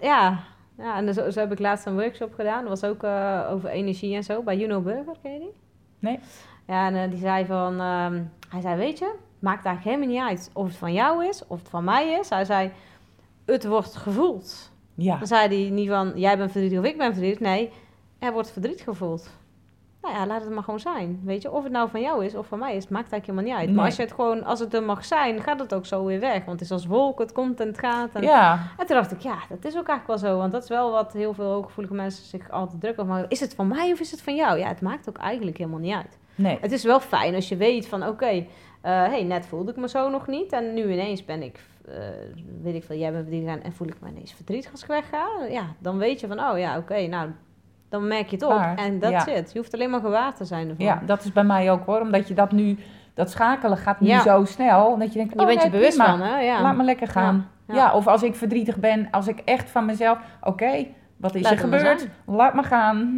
en zo heb ik laatst een workshop gedaan. Dat was ook over energie en zo, bij Juno Burger, ken je die? Nee. Ja, en die zei van, hij zei, weet je, maakt eigenlijk helemaal niet uit of het van jou is, of het van mij is. Hij zei, het wordt gevoeld. Ja. Dan zei hij niet van, jij bent verdrietig of ik ben verdrietig. Nee, er wordt verdriet gevoeld. Nou ja, laat het maar gewoon zijn. Weet je, of het nou van jou is of van mij is, het maakt eigenlijk helemaal niet uit. Nee. Maar als je het gewoon, als het er mag zijn, gaat het ook zo weer weg. Want het is als wolk, het komt en het gaat. En toen dacht ik, dat is ook eigenlijk wel zo. Want dat is wel wat heel veel hooggevoelige mensen zich altijd druk over maken. Is het van mij of is het van jou? Ja, het maakt ook eigenlijk helemaal niet uit. Nee. Het is wel fijn als je weet van, net voelde ik me zo nog niet. En nu ineens ben ik, weet ik veel, jij bent verdrietig en voel ik me ineens verdrietig als ik wegga. Ja, dan weet je van, dan merk je het op. En that's it. Je hoeft alleen maar gewaar te zijn ervan. Ja, dat is bij mij ook hoor. Omdat je dat nu, dat schakelen gaat nu zo snel. Dat je denkt, je bent je bewust van, hè? Ja. Laat me lekker gaan. Ja, of als ik verdrietig ben, als ik echt van mezelf, wat is er gebeurd? Laat me gaan.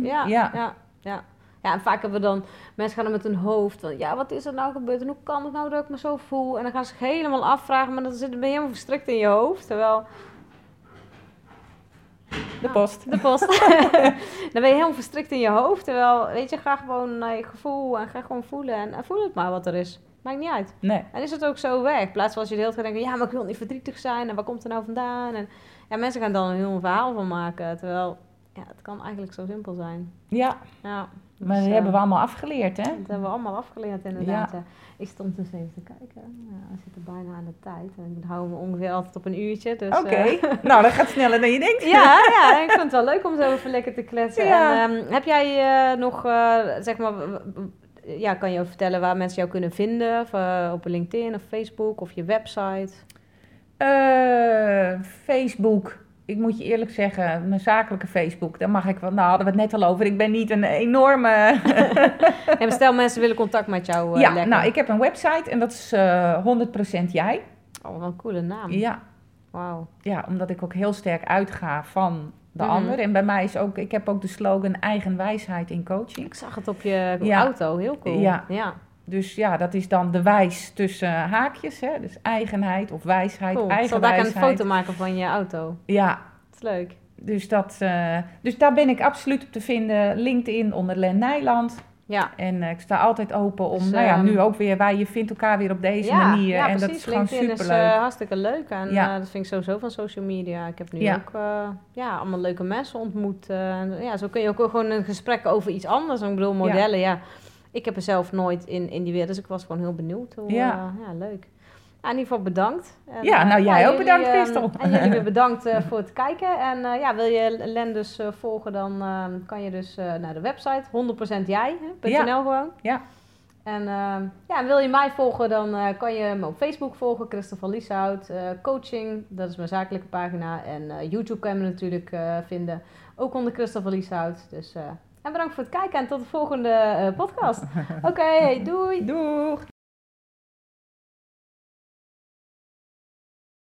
Ja, en vaak hebben we dan, mensen gaan er met hun hoofd van, wat is er nou gebeurd en hoe kan het nou dat ik me zo voel? En dan gaan ze zich helemaal afvragen, maar dan ben je helemaal verstrikt in je hoofd, terwijl... De post. Dan ben je helemaal verstrikt in je hoofd, terwijl, weet je, ga gewoon naar je gevoel en ga gewoon voelen en voel het maar wat er is. Maakt niet uit. Nee. En is het ook zo weg, in plaats van als je de hele tijd denkt, maar ik wil niet verdrietig zijn en waar komt het nou vandaan? En mensen gaan dan een heel verhaal van maken, terwijl, het kan eigenlijk zo simpel zijn. Ja. Dus, maar dat hebben we allemaal afgeleerd, hè? Dat hebben we allemaal afgeleerd, inderdaad. Ja. Ik stond dus even te kijken. We zitten bijna aan de tijd. En ik hou me ongeveer altijd op een uurtje. Dus, Oké. Nou, dat gaat sneller dan je denkt. Ja, ik vind het wel leuk om zo even lekker te kletsen. Ja. En, heb jij nog, kan je ook vertellen waar mensen jou kunnen vinden? Of, op LinkedIn of Facebook of je website? Facebook. Ik moet je eerlijk zeggen, mijn zakelijke Facebook, daar mag ik wel. Nou, hadden we het net al over. Ik ben niet een enorme... maar stel mensen willen contact met jou leggen. Nou, ik heb een website en dat is 100% jij. Oh, wat een coole naam. Ja. Wauw. Ja, omdat ik ook heel sterk uitga van de ander. En bij mij is ook, ik heb ook de slogan eigen wijsheid in coaching. Ik zag het op je auto, heel cool. Ja. Dus dat is dan de wijs tussen haakjes. Hè? Dus eigenheid of wijsheid, cool. eigen wijsheid. Zal daar een foto maken van je auto? Ja. Dat is leuk. Dus daar ben ik absoluut op te vinden. LinkedIn onder Len Nijland. Ja. En ik sta altijd open om, nu ook weer, je vindt elkaar weer op deze manier. Ja, en precies. Dat is gewoon LinkedIn superleuk. is hartstikke leuk. En dat vind ik sowieso van social media. Ik heb nu ook allemaal leuke mensen ontmoet. Zo kun je ook gewoon een gesprek over iets anders. Ik bedoel, modellen, Ik heb er zelf nooit in die wereld, dus ik was gewoon heel benieuwd. Leuk. in ieder geval bedankt. En, jij ook bedankt, Christel. En jullie weer bedankt voor het kijken. En wil je Len dus volgen, dan kan je dus naar de website 100%jij.nl gewoon. Ja. En wil je mij volgen, dan kan je me op Facebook volgen, Christel van Lieshout. Coaching, dat is mijn zakelijke pagina. En YouTube kan je me natuurlijk vinden, ook onder Christel van Lieshout. Dus, en bedankt voor het kijken en tot de volgende podcast. Oké, doei! Doeg!